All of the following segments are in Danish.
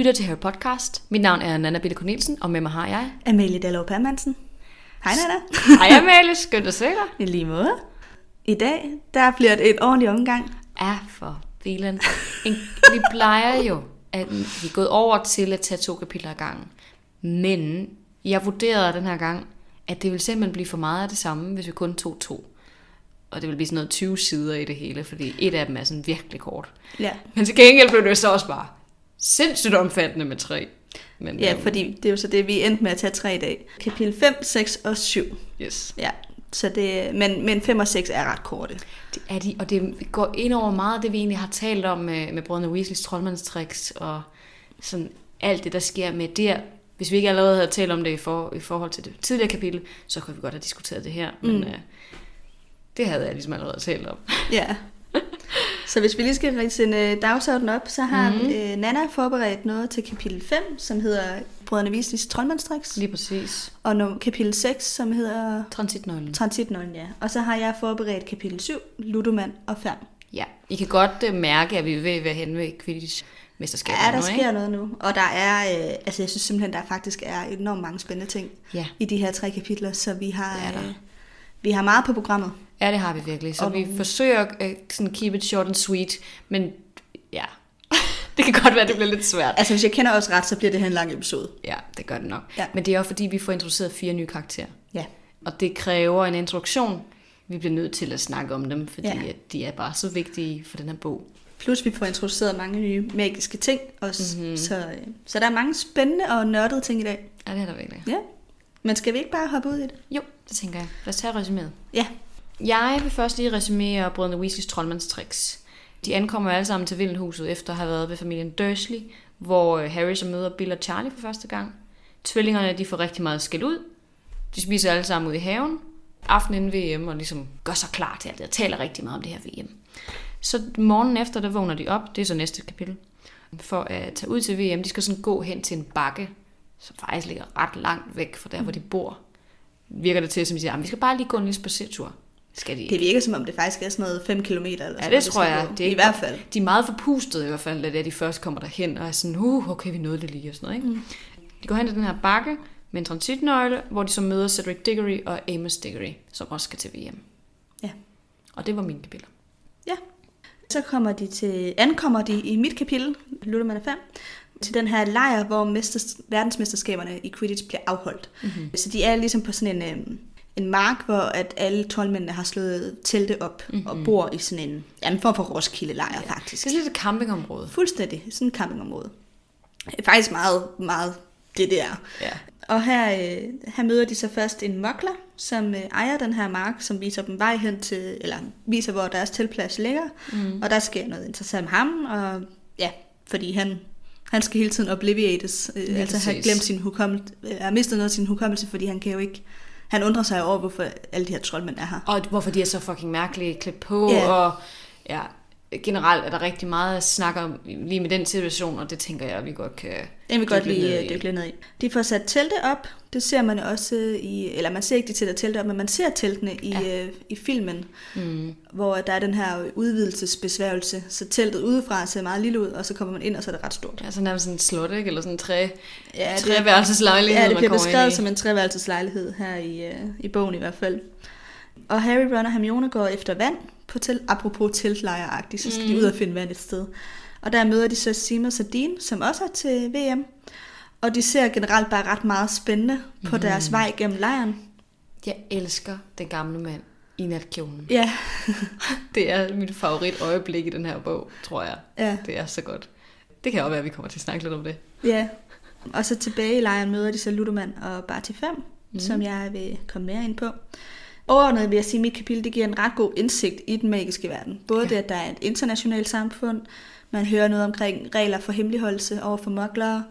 lytter til Harry Podcast. Mit navn er Nanna Bille Cornelsen, og med mig har jeg... Amelie Dallov Permansen. Hej Nanna. Hej Amelie, skønt at se dig. I lige måde. I dag, der bliver det et ordentligt omgang. Ja, for filen. Vi plejer jo, at vi er gået over til at tage 2 kapitler ad gangen. Men jeg vurderede den her gang, at det ville simpelthen blive for meget af det samme, hvis vi kun tog 2. Og det vil blive sådan noget 20 sider i det hele, fordi et af dem er sådan virkelig kort. Ja. Men til gengæld blev det så også bare sindssygt omfattende med 3. Men, ja, fordi det er jo så det, vi endte med at tage 3 i dag. Kapitel 5, 6 og 7. Yes. Ja, så det, men 5 og 6 er ret korte. Det er de, og det går ind over meget af det, vi egentlig har talt om med brødrene Weasleys troldmandstricks, og sådan alt det, der sker med der. Hvis vi ikke allerede havde talt om det i forhold til det tidligere kapitel, så kunne vi godt have diskuteret det her. Men det havde jeg ligesom allerede talt om. Ja. Så hvis vi lige skal ridse en dagsorden op, så har Nanna forberedt noget til kapitel 5, som hedder brødrene Weasleys troldmandstricks. Lige præcis. Og kapitel 6, som hedder... Transitnøglen, ja. Og så har jeg forberedt kapitel 7, Ludoman og Fern. Ja, I kan godt mærke, at vi er ved at være henne ved Quidditch-mesterskabet. Ja, der sker noget nu. Og der er, jeg synes simpelthen, der faktisk er enormt mange spændende ting i de her 3 kapitler, så vi har meget på programmet. Ja, det har vi virkelig. Så vi forsøger sådan keep it short and sweet, men ja, det kan godt være, det bliver lidt svært. Altså, hvis jeg kender os ret, så bliver det her en lang episode. Ja, det gør det nok. Ja. Men det er jo fordi, vi får introduceret 4 nye karakterer. Ja. Og det kræver en introduktion. Vi bliver nødt til at snakke om dem, fordi at de er bare så vigtige for den her bog. Plus vi får introduceret mange nye magiske ting også. Så der er mange spændende og nørdede ting i dag. Ja, det er der virkelig. Ja. Men skal vi ikke bare hoppe ud i det? Jo, det tænker jeg. Lad os tage resuméet. Ja. Jeg vil først lige resumere brødrene Weasleys troldmandstricks. De ankommer alle sammen til Vindelhuset efter at have været ved familien Dursley, hvor Harry så møder Bill og Charlie for første gang. Tvillingerne, de får rigtig meget skæld ud. De spiser alle sammen ud i haven. Aftenen inden VM og ligesom gør sig klar til alt det. Og taler rigtig meget om det her VM. Så morgenen efter, der vågner de op. Det er så næste kapitel. For at tage ud til VM, de skal sådan gå hen til en bakke, som faktisk ligger ret langt væk fra der, hvor de bor. Virker det til, som de siger, vi skal bare lige gå en lille spacertur. Skal de ikke? Det virker som om det faktisk er sådan noget 5 kilometer. Eller ja, det tror jeg. Det er i hvert fald. De er meget forpustede i hvert fald, da de først kommer derhen, og er sådan, okay, vi nåede det lige og sådan noget. Ikke? De går hen til den her bakke med en transitnøgle, hvor de så møder Cedric Diggory og Amos Diggory, som også skal til VM. Ja. Og det var mine kapitler. Ja. Så ankommer de i mit kapitel, Ludoman og Fern, til den her lejr, hvor verdensmesterskaberne i Quidditch bliver afholdt. Så de er ligesom på sådan en mark, hvor at alle troldmændene har slået telte op og bor i sådan en form for Roskilde-lejr, faktisk. Det er lidt et campingområde. Fuldstændig, sådan et campingområde. Faktisk meget, meget det er. Ja. Og her møder de så først en mugler, som ejer den her mark, som viser dem vej hen til, eller viser, hvor deres teltplads ligger. Og der sker noget interessant med ham, og ja, fordi han skal hele tiden obliviates, altså have glemt sin hukommelse, har mistet noget af sin hukommelse, fordi han kan jo ikke. Han undrer sig over, hvorfor alle de her troldmænd er her. Og hvorfor de er så fucking mærkelige klædt på, og ja, generelt er der rigtig meget at snakke om lige med den situation, og det tænker jeg, at vi godt kan dykke ned i. De får sat telte op, det ser man også eller man ser ikke de sætter telte op, men man ser teltene i filmen, hvor der er den her udvidelsesbesværgelse, så teltet udefra ser meget lille ud, og så kommer man ind, og så er det ret stort. Ja, så nærmest sådan en slot, ikke? Eller sådan en treværelseslejlighed. Ja, det bliver beskrevet som en treværelseslejlighed her i bogen i hvert fald. Og Harry, Ron og Hermione går efter vand, apropos teltlejre-agtigt, så skal de ud og finde vand et sted. Og der møder de så Seamus og Dean, som også er til VM. Og de ser generelt bare ret meget spændende på deres vej gennem lejren. Jeg elsker den gamle mand i natkjolen. Ja. Det er mit favorit øjeblik i den her bog, tror jeg. Ja. Det er så godt. Det kan også være, at vi kommer til at snakke lidt om det. Ja. Og så tilbage i lejren møder de så Ludoman og Barty 5, som jeg vil komme mere ind på. Overordnet vil jeg sige, at mit kapitel det giver en ret god indsigt i den magiske verden. Både det, at der er et internationalt samfund, man hører noget omkring regler for hemmeligholdelse over for muglere,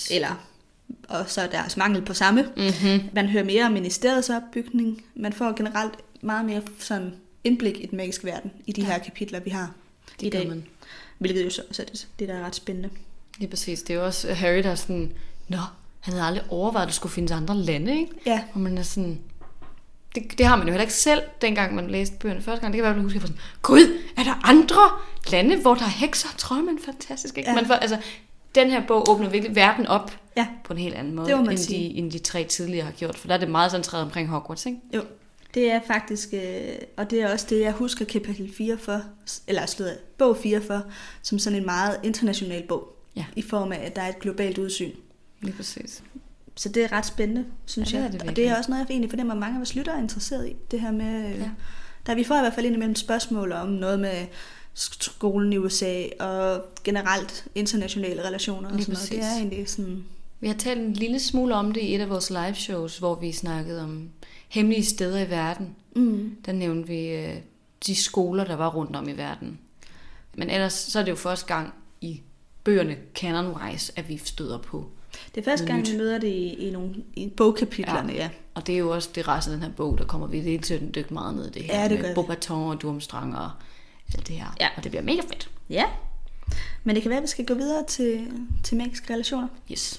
og så deres mangel på samme. Man hører mere om ministeriets opbygning. Man får generelt meget mere sådan indblik i den magiske verden i de her kapitler, vi har i dag. Hvilket jo så det der er ret spændende. Lige præcis. Det er jo også Harry, der er sådan, han havde aldrig overvejet, at der skulle findes andre lande, ikke? Ja. Og man er sådan... Det har man jo heller ikke selv, dengang man læste bøgerne første gang. Det kan være, at man husker sådan, gud, er der andre lande, hvor der er hekser? Troldmænd, fantastisk, ikke? Ja. den her bog åbner virkelig verden op Ja. på en helt anden måde, Det må man end sige. end de 3 tidligere har gjort. For der er det meget centreret omkring Hogwarts, ikke? Jo, det er faktisk, og det er også det, jeg husker kapitel 4 for, eller bog 4 for, som sådan en meget international bog, i form af, at der er et globalt udsyn. Lige præcis. Så det er ret spændende, synes Ja, det er jeg. det Og virkelig. det er også noget, jeg egentlig fornemmer, at mange af vores lyttere er interesseret i. Det her med, der vi får i hvert fald indimellem spørgsmål om noget med skolen i USA og generelt internationale relationer og Lige sådan noget. Det præcis. er egentlig sådan... Vi har talt en lille smule om det i et af vores live shows, hvor vi snakkede om hemmelige steder i verden. Der nævnte vi de skoler, der var rundt om i verden. Men ellers så er det jo første gang i bøgerne canon-wise, at vi støder på. Det er første gang, vi møder det i bogkapitlerne, ja. Og det er jo også det resten af den her bog, der kommer vi hele tiden dykke meget ned i det her. Ja, det gør med vi. Beauxbaton og Durmstrang og alt det her. Ja. Og det bliver mega fedt. Ja. Men det kan være, at vi skal gå videre til magiske relationer. Yes.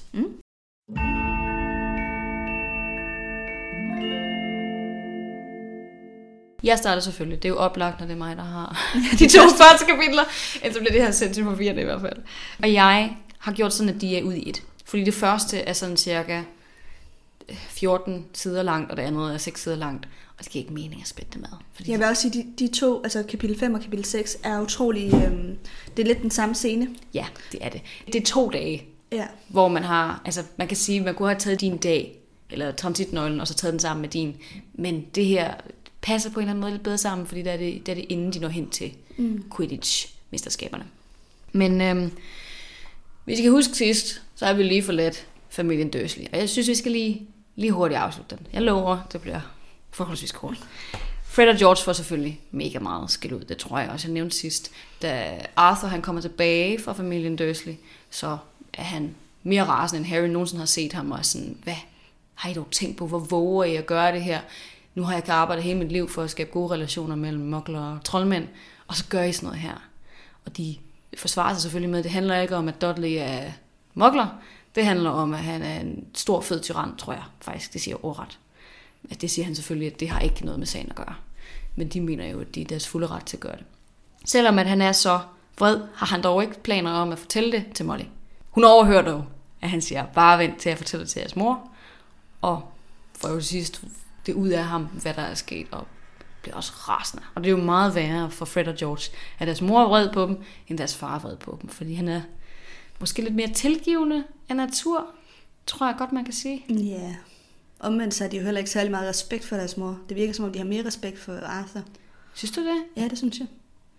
Jeg starter selvfølgelig. Det er jo oplagt, når det er mig, der har de 2 første kapitler. Ellers bliver det her sendt til forvirrende i hvert fald. Og jeg har gjort sådan, at de er ude i et. Fordi det første er sådan cirka 14 sider langt, og det andet er 6 sider langt. Og det giver ikke mening at spætte dem ad. Fordi Jeg vil også sige, de 2, altså kapitel 5 og kapitel 6, er utrolig... det er lidt den samme scene. ja, det er det. Det er 2 dage, Ja. hvor man har... Altså, man kan sige, man kunne have taget din dag, eller transitnøglen, og så taget den sammen med din. Men det her passer på en eller anden måde lidt bedre sammen, fordi der er det inden de når hen til Quidditch-mesterskaberne. Men hvis I kan huske sidst, så har vi lige forladt familien Dursley. Og jeg synes, vi skal lige hurtigt afslutte den. Jeg lover, det bliver forholdsvis kort. Fred og George får selvfølgelig mega meget skæld ud. Det tror jeg også, jeg nævnte sidst. Da Arthur han kommer tilbage fra familien Dursley, så er han mere rasende, end Harry nogensinde har set ham. Og sådan, hvad har I dog tænkt på? Hvor våger I at gøre det her? Nu har jeg ikke arbejdet hele mit liv for at skabe gode relationer mellem mugler og troldmænd. Og så gør I sådan noget her. Og de forsvarer sig selvfølgelig med, det handler ikke om, at Dudley er mugler. Det handler om, at han er en stor, fed tyran, tror jeg faktisk. Det siger ordret. Det siger han selvfølgelig, at det har ikke noget med sagen at gøre. Men de mener jo, at de er deres fulde ret til at gøre det. Selvom at han er så vred, har han dog ikke planer om at fortælle det til Molly. Hun overhører dog, at han siger, bare vent til at fortælle det til jeres mor. Og får jo sidst det ud af ham, hvad der er sket, og bliver også rasende. Og det er jo meget værre for Fred og George, at deres mor er vred på dem, end deres far er vred på dem. Fordi han er måske lidt mere tilgivende af natur, tror jeg godt, man kan sige. Ja. Omvendt så har de jo heller ikke særlig meget respekt for deres mor. Det virker som om, de har mere respekt for Arthur. Synes du det? Ja, det synes jeg.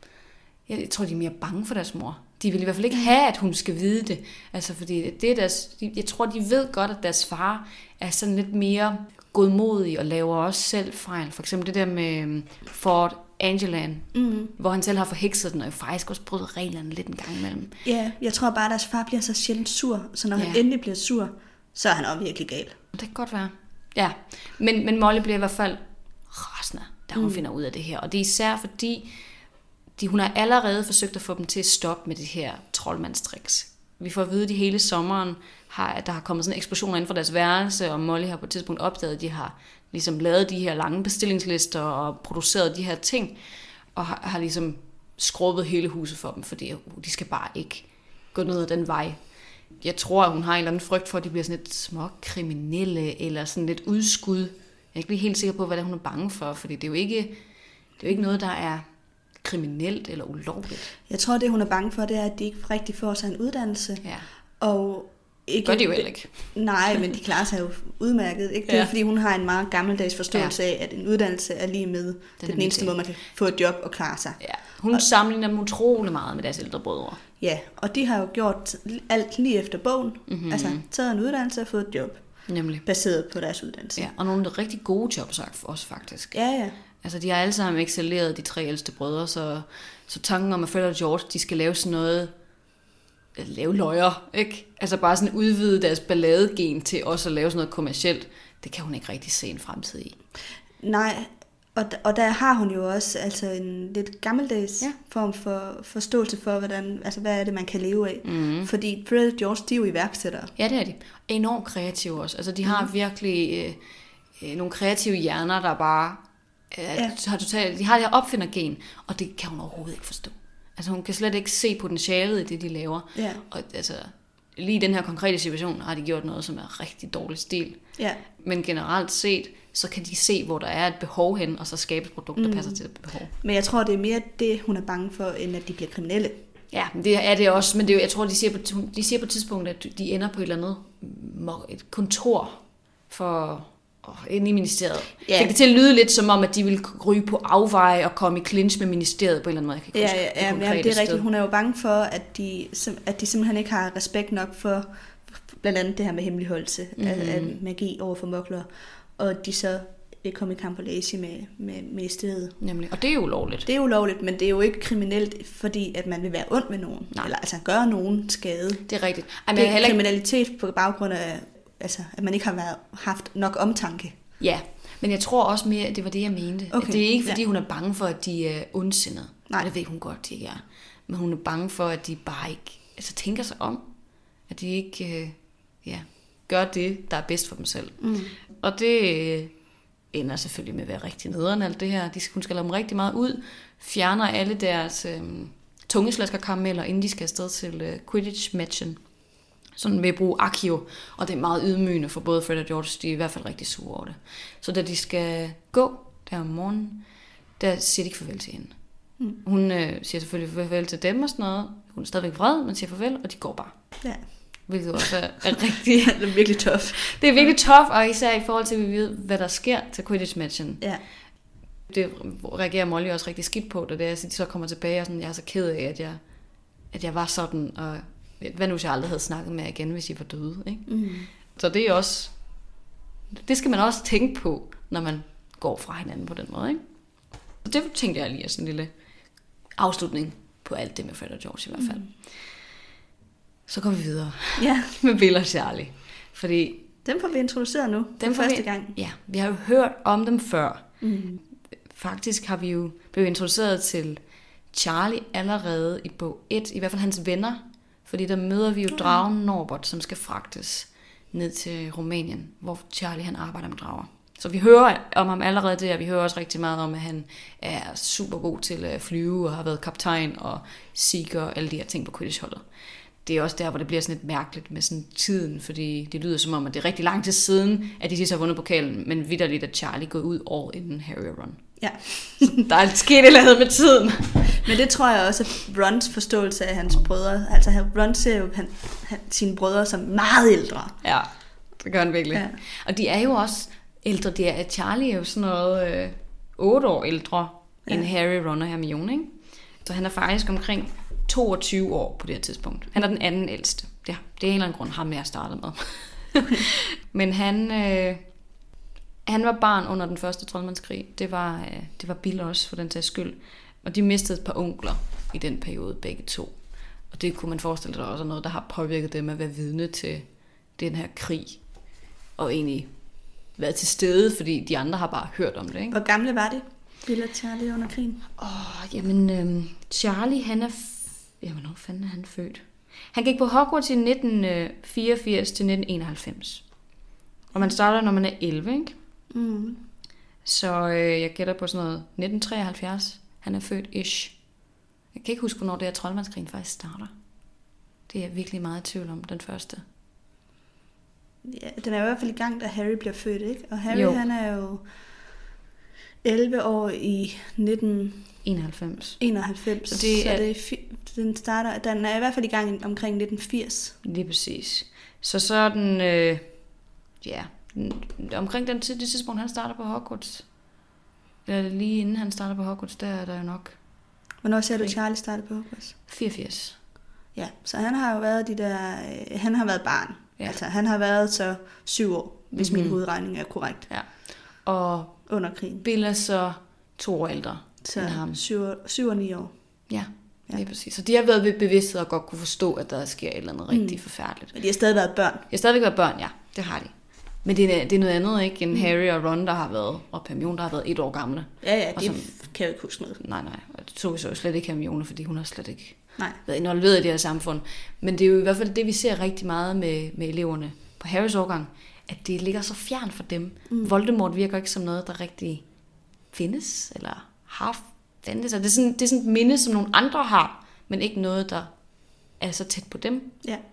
Jeg tror, de er mere bange for deres mor. De vil i hvert fald ikke have, at hun skal vide det. Altså, fordi det er deres, jeg tror, de ved godt, at deres far er sådan lidt mere godmodig og laver også selv fejl. For eksempel det der med Fort Angelan, hvor han selv har forhekset den, og faktisk også brudt reglerne lidt en gang imellem. Ja, jeg tror bare, at deres far bliver så sjældent sur, så når han endelig bliver sur, så er han også virkelig gal. Det kan godt være. Ja, men Molly bliver i hvert fald rasende, da hun finder ud af det her. Og det er især fordi, hun har allerede forsøgt at få dem til at stoppe med det her troldmandstriks. Vi får at vide, at de hele sommeren der har kommet sådan eksplosioner inden for deres værelse, og Molly har på et tidspunkt opdaget, at de har ligesom lavet de her lange bestillingslister og produceret de her ting, og har ligesom skrubbet hele huset for dem, fordi de skal bare ikke gå ned ad den vej. Jeg tror, at hun har en eller anden frygt for, at de bliver sådan lidt små kriminelle, eller sådan lidt udskud. Jeg er ikke lige helt sikker på, hvad det er, hun er bange for, fordi det er jo ikke noget, der er kriminelt eller ulovligt. Jeg tror, det hun er bange for, det er, at de ikke rigtig får sig en uddannelse. Ja. Og ikke, gør de jo heller ikke. Nej, men de klarer sig jo udmærket. Ikke? Det er fordi, hun har en meget gammeldags forståelse af, at en uddannelse er lige med. Det er den eneste måde, man kan få et job og klare sig. Ja. Hun sammenligner dem utrolig meget med deres ældre brødre. Ja, og de har jo gjort alt lige efter bogen. Mm-hmm. Altså taget en uddannelse og fået et job. Nemlig. Baseret på deres uddannelse. Ja, og nogle af de rigtig gode jobs også faktisk. Ja. Altså, de har alle sammen excelleret, de 3 ældste brødre, så tanken om, at Fred og George, de skal lave sådan noget, lave løjer, ikke? Altså bare sådan udvide deres balladegen til også at lave sådan noget kommercielt, det kan hun ikke rigtig se en fremtid i. Nej, og der har hun jo også altså en lidt gammeldags form for forståelse for, hvad er det, man kan leve af. Mm. Fordi Fred og George, de er jo iværksættere. Ja, det er de. Enormt kreative også. Altså, de har virkelig nogle kreative hjerner, der bare de har det her opfindergen, og det kan hun overhovedet ikke forstå. Altså, hun kan slet ikke se potentialet i det, de laver. Ja. Og altså, lige i den her konkrete situation har de gjort noget, som er rigtig dårlig stil. Ja. Men generelt set, så kan de se, hvor der er et behov hen, og så skabe et produkt, der passer til det behov. Men jeg tror, det er mere det, hun er bange for, end at de bliver kriminelle. Ja, det er det også, men det er, jeg tror, de siger på et tidspunkt, at de ender på et eller andet et kontor for inde i ministeriet. Ja. Fik det til at lyde lidt som om, at de ville ryge på afveje og komme i clinch med ministeriet på en eller anden måde. Jeg kan ikke huske Det er rigtigt. Hun er jo bange for, at de simpelthen ikke har respekt nok for blandt andet det her med hemmeligholdelse af magi over for mugglere, og de så vil komme i kampolage med ministeriet. Nemlig. Og det er jo ulovligt. Det er ulovligt, men det er jo ikke kriminelt, fordi at man vil være ond med nogen. Nej. Eller altså gøre nogen skade. Det er rigtigt. Det er kriminalitet på baggrund af, altså, at man ikke har haft nok omtanke. Ja, men jeg tror også mere, at det var det, jeg mente. Okay. Det er ikke, fordi hun er bange for, at de er ondsindede. Nej. Det ved hun godt, de ikke er. Men hun er bange for, at de bare ikke tænker sig om. At de ikke gør det, der er bedst for dem selv. Og det ender selvfølgelig med at være rigtig nederen alt det her. Hun skal lade dem rigtig meget ud. Fjerner alle deres tungeslaskerkarameller, inden de skal afsted til Quidditch-matchen. Sådan ved at bruge Accio, og det er meget ydmygende for både Fred og George, de er i hvert fald rigtig sure over det. Så da de skal gå der om morgenen, der siger de ikke farvel til hende. Hun siger selvfølgelig farvel til dem og sådan noget. Hun er stadigvæk vred, men siger farvel, og de går bare. Ja. Hvilket også er rigtig... det er virkelig tough. Det er virkelig tough, og især i forhold til, at vi ved, hvad der sker til Quidditch-matchen. Ja. Det reagerer Molly også rigtig skidt på, da de så kommer tilbage, og sådan, jeg er så ked af, at jeg var sådan, og hvad nu, hvis jeg aldrig havde snakket med jer igen, hvis I var døde, ikke? Så det er også... Det skal man også tænke på, når man går fra hinanden på den måde, ikke? Så det tænkte jeg lige er sådan en lille afslutning på alt det med Fred og George i hvert fald. Så går vi videre med Bill og Charlie. Fordi dem får vi introduceret nu, den første gang. Ja, vi har jo hørt om dem før. Faktisk har vi jo blevet introduceret til Charlie allerede i bog 1, i hvert fald hans venner. Fordi der møder vi jo dragen Norbert, som skal fragtes ned til Rumænien, hvor Charlie han arbejder med drager. Så vi hører om ham allerede der. Vi hører også rigtig meget om, at han er super god til at flyve og har været kaptajn og seeker og alle de her ting på Quidditch-holdet. Det er også der, hvor det bliver sådan lidt mærkeligt med sådan tiden, fordi det lyder som om, at det er rigtig lang tid siden, at de sidst har vundet pokalen, men vitterligt, at Charlie går ud år inden Harry og Ron. Ja. Der er sket et eller andet med tiden. Men det tror jeg også, at Rons forståelse af hans brødre, altså Ron ser jo sine brødre som meget ældre. Ja, det gør han virkelig. Ja. Og de er jo også ældre. Charlie er jo sådan noget 8 år ældre end Harry, Ron og Hermione, ikke? Så han er faktisk omkring 22 år på det her tidspunkt. Han er den anden ældste. Det er en eller anden grund, ham jeg startede med. Men han var barn under den første troldmandskrig. Det var Bill også, for den tages skyld. Og de mistede et par onkler i den periode, begge to. Og det kunne man forestille sig også noget, der har påvirket dem at være vidne til den her krig. Og egentlig været til stede, fordi de andre har bare hørt om det, ikke? Hvor gamle var de, Bill og Charlie under krigen? Charlie, han er... hvornår fanden er han født? Han gik på Hogwarts i 1984 til 1991. Og man starter, når man er 11, ikke? Så jeg gætter på sådan noget 1973. Han er født ish. Jeg kan ikke huske, hvornår det her troldmandskrigen faktisk starter. Det er jeg virkelig meget i tvivl om, den første. Ja, den er i hvert fald i gang, da Harry bliver født, ikke? Og Harry, han er jo 11 år i 1991. Den er i hvert fald i gang omkring 1980. Lige præcis. Så er den, omkring det tidspunkt, han starter på Hogwarts. Eller lige inden han starter på Hogwarts, der er der jo nok. Hvornår ser du Charlie starte på Hogwarts? 84. Ja, så han har jo været han har været barn. Ja. Altså, han har været så 7 år, hvis min hovedregning er korrekt. Ja. Og under krigen. Bill er så 2 år ældre end ham. 7 og 9 år. Ja, det er præcis. Så de har været ved bevidsthed og godt kunne forstå, at der sker et eller andet rigtig forfærdeligt. Men de har stadig været børn. De har stadig været børn, ja. Det har de. Men det er noget andet, ikke? End Harry og Ron, der har været, og Hermione, der har været 1 år gamle. Ja, de kan jo ikke huske noget. Nej. Og det så vi så slet ikke Hermione, fordi hun har slet ikke været involveret i det her samfund. Men det er jo i hvert fald det, vi ser rigtig meget med eleverne på Harrys årgang, at det ligger så fjern for dem. Voldemort virker ikke som noget, der rigtig findes, eller har fandtes. Det er sådan et minde, som nogle andre har, men ikke noget, der er så tæt på dem. Ja.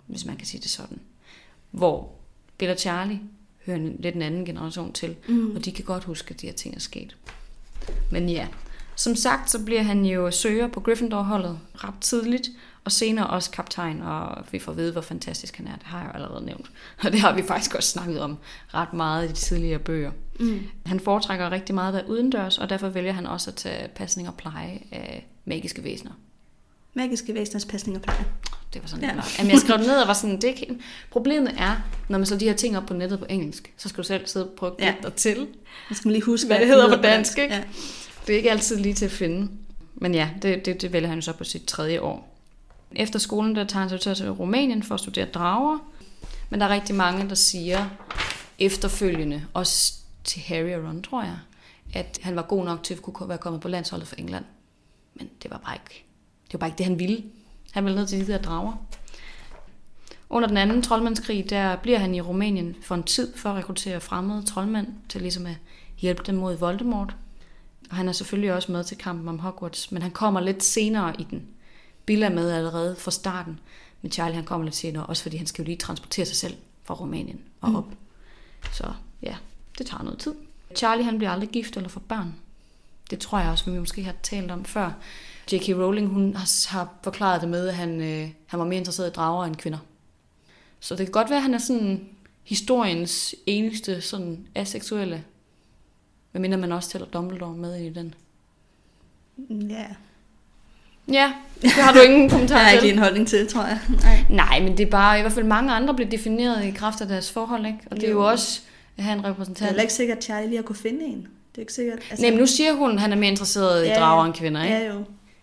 hvis man kan sige det sådan. Hvor Bill og Charlie hører lidt en anden generation til, og de kan godt huske, at de her ting er sket. Men ja, som sagt, så bliver han jo søger på Gryffindor-holdet ret tidligt, og senere også kaptajn, og vi får at vide, hvor fantastisk han er. Det har jeg jo allerede nævnt. Og det har vi faktisk også snakket om ret meget i de tidligere bøger. Han foretrækker rigtig meget at være udendørs, og derfor vælger han også at tage pasning og pleje af magiske væsener. Magiske væseners pasning og pleje. Det var sådan lidt nok. Jamen, jeg skrev det ned og var sådan, det er ikke... Problemet er, når man så de her ting op på nettet på engelsk, så skal du selv sidde og prøve at gætte dig til. Jeg skal lige huske, hvad det hedder på dansk, ikke? Ja. Det er ikke altid lige til at finde. Men ja, det vælger han så på sit 3. år. Efter skolen, der tager han sig til Rumænien for at studere drager. Men der er rigtig mange, der siger efterfølgende, også til Harry og Ron, tror jeg, at han var god nok til at kunne være kommet på landsholdet for England. Men det var bare ikke det, han ville. Han ville ned til de der drager. Under den anden troldmandskrig, der bliver han i Rumænien for en tid for at rekruttere fremmede troldmænd til ligesom at hjælpe dem mod Voldemort. Og han er selvfølgelig også med til kampen om Hogwarts, men han kommer lidt senere i den. Bill er med allerede fra starten, men Charlie han kommer lidt senere, også fordi han skal jo lige transportere sig selv fra Rumænien og op. Så ja, det tager noget tid. Charlie han bliver aldrig gift eller får børn. Det tror jeg også, vi måske har talt om før. J.K. Rowling hun har forklaret det med, at han var mere interesseret i drager end kvinder. Så det kan godt være, at han er sådan historiens eneste sådan aseksuelle. Hvad mindre man også tæller Dumbledore med i den? Ja. Ja, det har du ingen kommentar til. Jeg har ikke lige en holdning til, tror jeg. Nej, men det er bare, i hvert fald mange andre bliver defineret i kraft af deres forhold, ikke? Og det er jo også at have en repræsentant. Det er ikke sikkert, at Charlie lige har kunne finde en. Det er ikke sikkert. Altså... Nej, men nu siger hun, at han er mere interesseret i drager end kvinder, ikke? Ja, jo.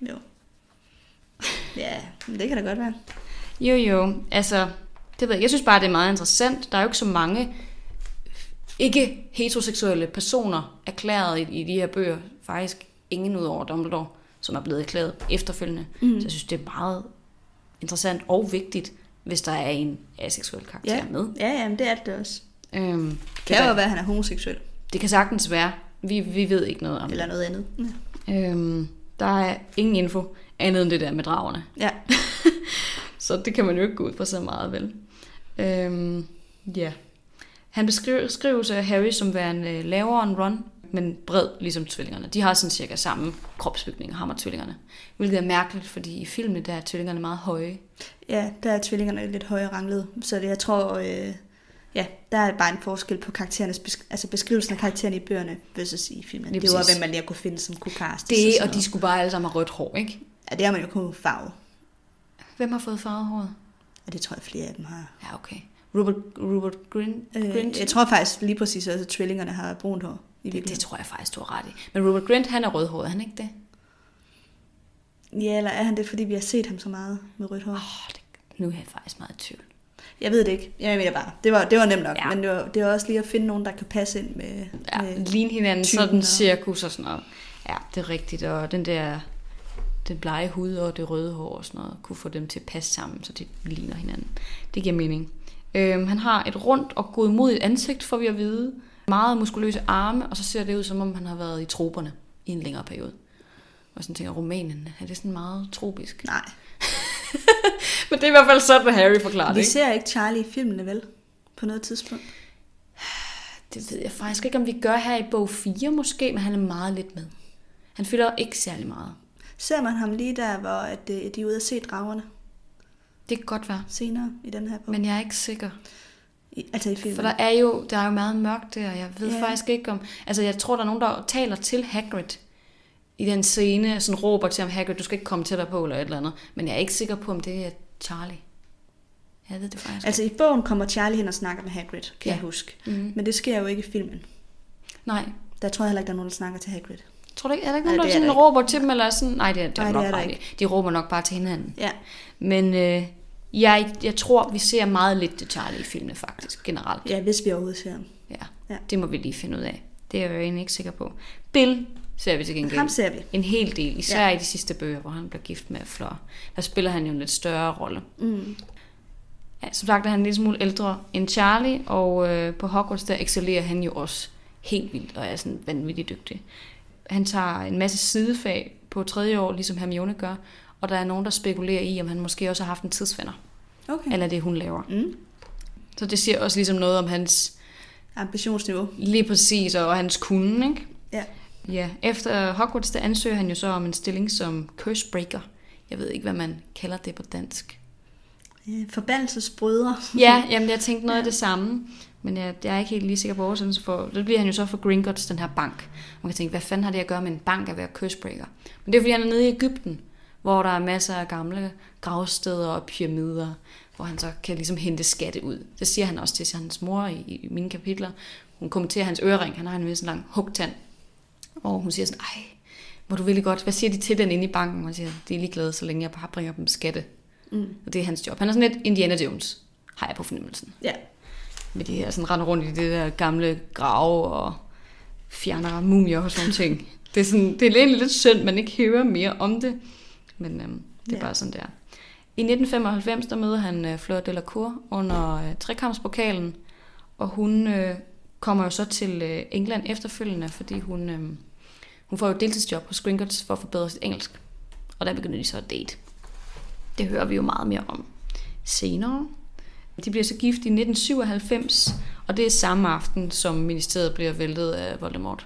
Ja, men det kan da godt være. Jo, altså, det ved jeg. Jeg synes bare, det er meget interessant. Der er jo ikke så mange ikke heteroseksuelle personer erklæret i de her bøger. Faktisk ingen ud over Dumbledore, som er blevet erklæret efterfølgende. Så jeg synes, det er meget interessant og vigtigt, hvis der er en aseksuel karakter med. Ja, men det er det også. Det kan jo være, at han er homoseksuel. Det kan sagtens være. Vi ved ikke noget om eller noget andet. Ja. Der er ingen info andet end det der med dragerne. Ja. Så det kan man jo ikke gå ud på så meget, vel? Ja. Han beskrives af Harry som værende lavere end Ron, men bred, ligesom tvillingerne. De har sådan cirka samme kropsbygning, ham og tvillingerne. Hvilket er mærkeligt, fordi i filmene, der er tvillingerne meget høje. Ja, der er tvillingerne lidt højere ranglet. Så det, jeg tror, der er bare en forskel på karakterernes, altså beskrivelsen af karaktererne i bøgerne, versus i filmene. Det var, hvem man lige kunne finde, som kunne castes. Det, og de skulle bare alle sammen have rødt hår, ikke? Ja, det har man jo kunnet farve. Hvem har fået farvet håret? Ja, det tror jeg, flere af dem har. Ja, okay. Robert Grint? Jeg tror faktisk lige præcis også, at tvillingerne har brunt hår. Det tror jeg faktisk, du har ret i. Men Robert Grint, han er rødhåret, er han ikke det? Ja, eller er han det, fordi vi har set ham så meget med rødt hår? Nu er jeg faktisk meget i tvivl. Jeg ved det ikke. Jeg mener bare, det var nemt nok, men det var også lige at finde nogen, der kan passe ind med ligne hinanden, sådan cirkus og sådan noget. Ja, det er rigtigt, og den blege hud og det røde hår og sådan noget, kunne få dem til at passe sammen, så de ligner hinanden. Det giver mening. Han har et rundt og godmodigt ansigt, får vi at vide. Meget muskuløse arme, og så ser det ud, som om han har været i troperne i en længere periode. Og sådan tænker, Rumænien, er det sådan meget tropisk? Nej. Men det er i hvert fald sådan, hvad Harry forklarer det. Vi ser ikke Charlie i filmene, vel? På noget tidspunkt. Det ved jeg faktisk ikke, om vi gør her i bog 4 måske, men han er meget lidt med. Han fylder ikke særlig meget. Ser man ham lige der, hvor at de er ude at se dragerne? Det kan godt være. Senere i den her bog. Men jeg er ikke sikker. Altså i filmen. For der er jo meget mørkt der, jeg ved faktisk ikke om... Altså jeg tror, der er nogen, der taler til Hagrid i den scene, sådan råber til ham, Hagrid, du skal ikke komme tættere på, eller et eller andet. Men jeg er ikke sikker på, om det er Charlie. Jeg ved det faktisk. Altså i bogen kommer Charlie hen og snakker med Hagrid, kan jeg huske. Mm-hmm. Men det sker jo ikke i filmen. Nej. Der tror jeg heller ikke, der er nogen, der snakker til Hagrid. Tror du ikke? Er der ikke nogen, der sådan råber til dem, eller sådan? Nej, det er nok bare ikke. De råber nok bare til hinanden. Ja. Men jeg tror, vi ser meget lidt til Charlie i filmene faktisk, generelt. Ja, hvis vi overhovedet ser ham. Ja, det må vi lige finde ud af. Det er jeg jo egentlig ikke sikker på. Bill ser vi til gengæld. Ham ser vi. En hel del, især i de sidste bøger, hvor han bliver gift med Fleur. Der spiller han jo en lidt større rolle. Mm. Ja, som sagt er han en lille smule ældre end Charlie, og på Hogwarts der excellerer han jo også helt vildt, og er sådan vanvittigt dygtig. Han tager en masse sidefag på 3. år, ligesom Hermione gør, og der er nogen, der spekulerer i, om han måske også har haft en tidsfænder. Okay. Eller det, hun laver. Mm. Så det siger også ligesom noget om hans... Ambitionsniveau. Lige præcis, og hans kunde, ikke? Ja. Ja, efter Hogwarts, der ansøger han jo så om en stilling som Cursebreaker. Jeg ved ikke, hvad man kalder det på dansk. Forbandelsesbrydere. Ja, jamen jeg tænkte noget af det samme, men jeg er ikke helt lige sikker på oversættelsen for. Det bliver han jo så for Gringotts, den her bank. Man kan tænke, hvad fanden har det at gøre med en bank at være Cursebreaker? Men det er fordi, han er nede i Egypten, hvor der er masser af gamle gravsteder og pyramider, hvor han så kan ligesom hente skatte ud. Det siger han også til hans mor i mine kapitler. Hun kommenterer hans ørering. Han har en sådan lang hugtand. Og hun siger sådan, ej, hvor du virkelig godt. Hvad siger de til den inde i banken? Og siger, de er ligeglade, så længe jeg bare bringer dem skatte. Mm. Og det er hans job. Han er sådan lidt Indiana Jones, har jeg på fornemmelsen. Ja. Med de her sådan render rundt i det der gamle grave og fjerner mumier og sådan ting. Det er egentlig lidt synd, man ikke hører mere om det. Men det er bare sådan der. I 1995, der møder han Fleur Delacour under trekampspokalen, og hun kommer jo så til England efterfølgende, fordi hun får jo deltidsjob hos Gringotts for at forbedre sit engelsk. Og der begynder de så at date. Det hører vi jo meget mere om senere. De bliver så gift i 1997, og det er samme aften, som ministeriet bliver væltet af Voldemort.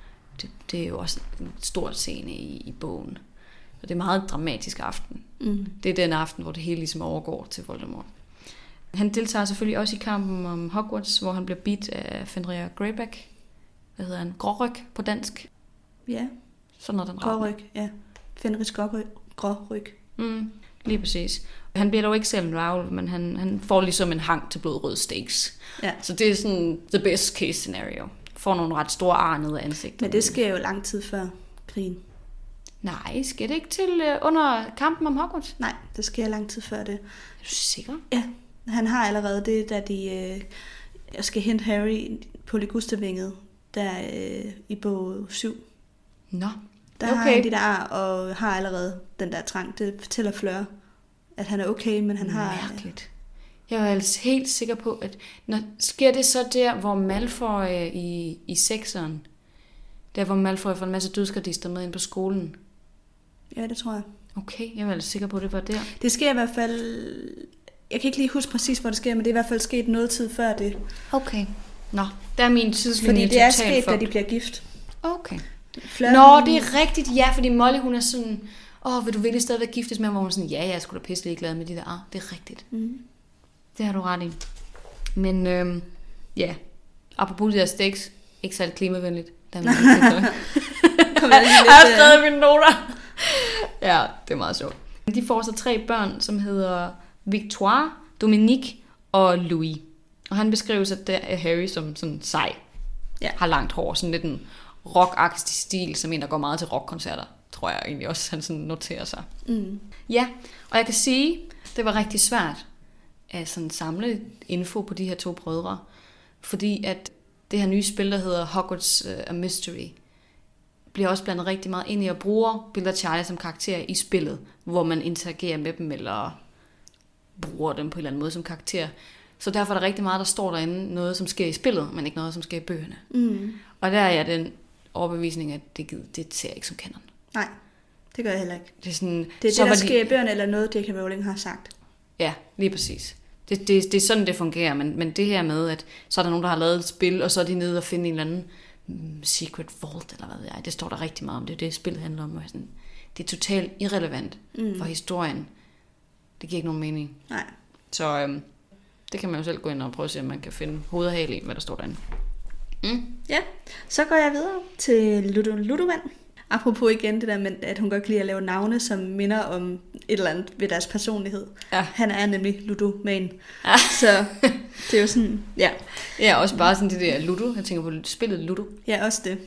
Det er jo også en stor scene i bogen. Og det er en meget dramatisk aften. Mm. Det er den aften, hvor det hele ligesom overgår til Voldemort. Han deltager selvfølgelig også i kampen om Hogwarts, hvor han bliver bidt af Fenrir Greyback. Hvad hedder han? Gråryg på dansk. Ja. Sådan er den Gråryg, ja. Fenris Gråryg. Mm, lige præcis. Han bliver dog ikke selv en varulv, men han får ligesom en hang til blodrød stakes. Ja. Så det er sådan the best case scenario. Får nogle ret store ar ned af ansigtet. Men det sker jo lang tid før krigen. Nej, sker det ikke til under kampen om Hogwarts? Nej, det sker lang tid før det. Er du sikker? Ja, han har allerede det, da de skal hente Harry på Ligustervinget, der i bog 7. Nå, der har han de der ar, og har allerede den der trang. Det fortæller Fleur, at han er okay, men han har... Mærkeligt. Jeg var altså helt sikker på, at sker det så der, hvor Malfoy i 6'eren, der hvor Malfoy får en masse dødsgardister med ind på skolen? Ja, det tror jeg. Okay, jeg var altså sikker på, at det var der. Det sker i hvert fald... Jeg kan ikke lige huske præcis, hvor det sker, men det er i hvert fald sket noget tid før det. Okay. Nå, der er min tidslinje fordi det er sket, da de bliver gift. Okay. Fleur, nå, det er rigtigt, ja, fordi Molly, hun er sådan, vil du virkelig stadigvæk giftes med, hvor hun er sådan, ja, jeg er sgu da pisselig glad med de der det er rigtigt. Mm. Det har du ret i. Men ja, apropos de der steaks, ikke særlig klimavenligt. Der er jeg har skrevet mine noter. Ja, det er meget sjovt. De får så 3 børn, som hedder Victoire, Dominique og Louis. Og han beskrives, at det er Harry som sådan sej. Ja. Har langt hår, sådan lidt en rock-agtig stil, som en, der går meget til rockkoncerter. Tror jeg egentlig også, han sådan noterer sig. Mm. Ja, og jeg kan sige, det var rigtig svært at sådan samle info på de her 2 brødre. Fordi at det her nye spil, der hedder Hogwarts A Mystery, bliver også blandet rigtig meget ind i at bruge Bill og Charlie som karakterer i spillet, hvor man interagerer med dem, eller bruger dem på en eller anden måde som karakter. Så derfor er der rigtig meget, der står derinde, noget som sker i spillet, men ikke noget, som sker i bøgerne. Mm. Og der er jeg den overbevisning, at det ser jeg ikke som kanon. Nej, det gør jeg heller ikke. Det er sådan, det der sker i bøgerne, eller noget, J.K. Rowling har sagt. Ja, lige præcis. Det er sådan, det fungerer, men det her med, at så er der nogen, der har lavet et spil, og så er de nede og finde en eller anden secret vault, eller hvad det er. Det står der rigtig meget om. Det er det, spillet handler om. Sådan, det er totalt irrelevant for historien. Det giver ikke nogen mening. Nej. Så det kan man jo selv gå ind og prøve at se, om man kan finde hoved og hale i, hvad der står derinde. Mm. Ja, så går jeg videre til Ludoman. Apropos igen det der med, at hun godt kan lide at lave navne, som minder om et eller andet ved deres personlighed. Ja. Han er nemlig ludoman. Ja. Så det er jo sådan, ja. Ja, også bare sådan det der Ludo. Jeg tænker på spillet Ludo. Ja, også det.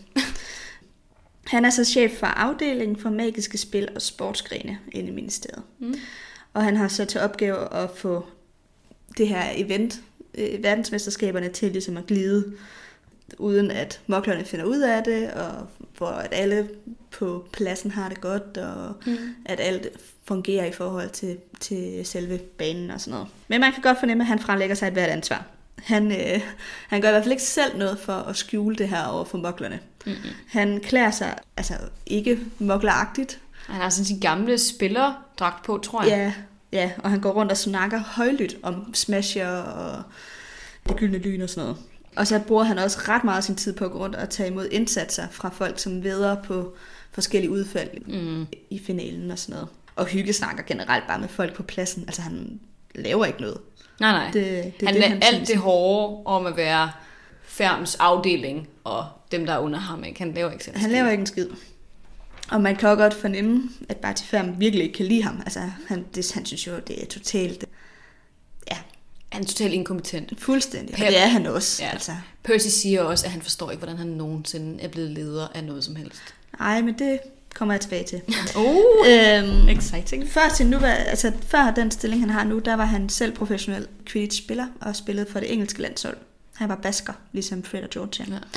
Han er så chef for afdelingen for magiske spil og sportsgrene inde i ministeriet. Mm. Og han har så til opgave at få det her event, verdensmesterskaberne, til ligesom at glide, uden at moklerne finder ud af det, og hvor at alle på pladsen har det godt, og at alt fungerer i forhold til selve banen og sådan noget. Men man kan godt fornemme, at han frelægger sig et hvert ansvar. Han gør i hvert fald ikke selv noget for at skjule det her over for moklerne. Mm-hmm. Han klæder sig altså ikke mokleragtigt. Han har sådan sin gamle spillerdragt på, tror jeg. Ja, og han går rundt og snakker højlydt om Smasher og det gyldne lyn og sådan noget. Og så bruger han også ret meget sin tid på at gå rundt og tage imod indsatser fra folk, som vædder på forskellige udfald i finalen og sådan noget. Og hyggesnakker generelt bare med folk på pladsen. Altså han laver ikke noget. Nej. Han lader alt det hårde om at være Ferms afdeling og dem, der er under ham. Ikke? Han laver ikke selv. Han laver ikke en skid. Og man kan også godt fornemme, at Barty Ferm virkelig ikke kan lide ham. Altså han synes jo, det er totalt... Ja. Han er totalt inkompetent. Fuldstændig, og det er han også. Ja. Altså. Percy siger også, at han forstår ikke, hvordan han nogensinde er blevet leder af noget som helst. Nej, men det kommer jeg tilbage til. Exciting. Før den stilling, han har nu, der var han selv professionel Quidditch-spiller og spillede for det engelske landshold. Han var basker, ligesom Fred og George. Ja.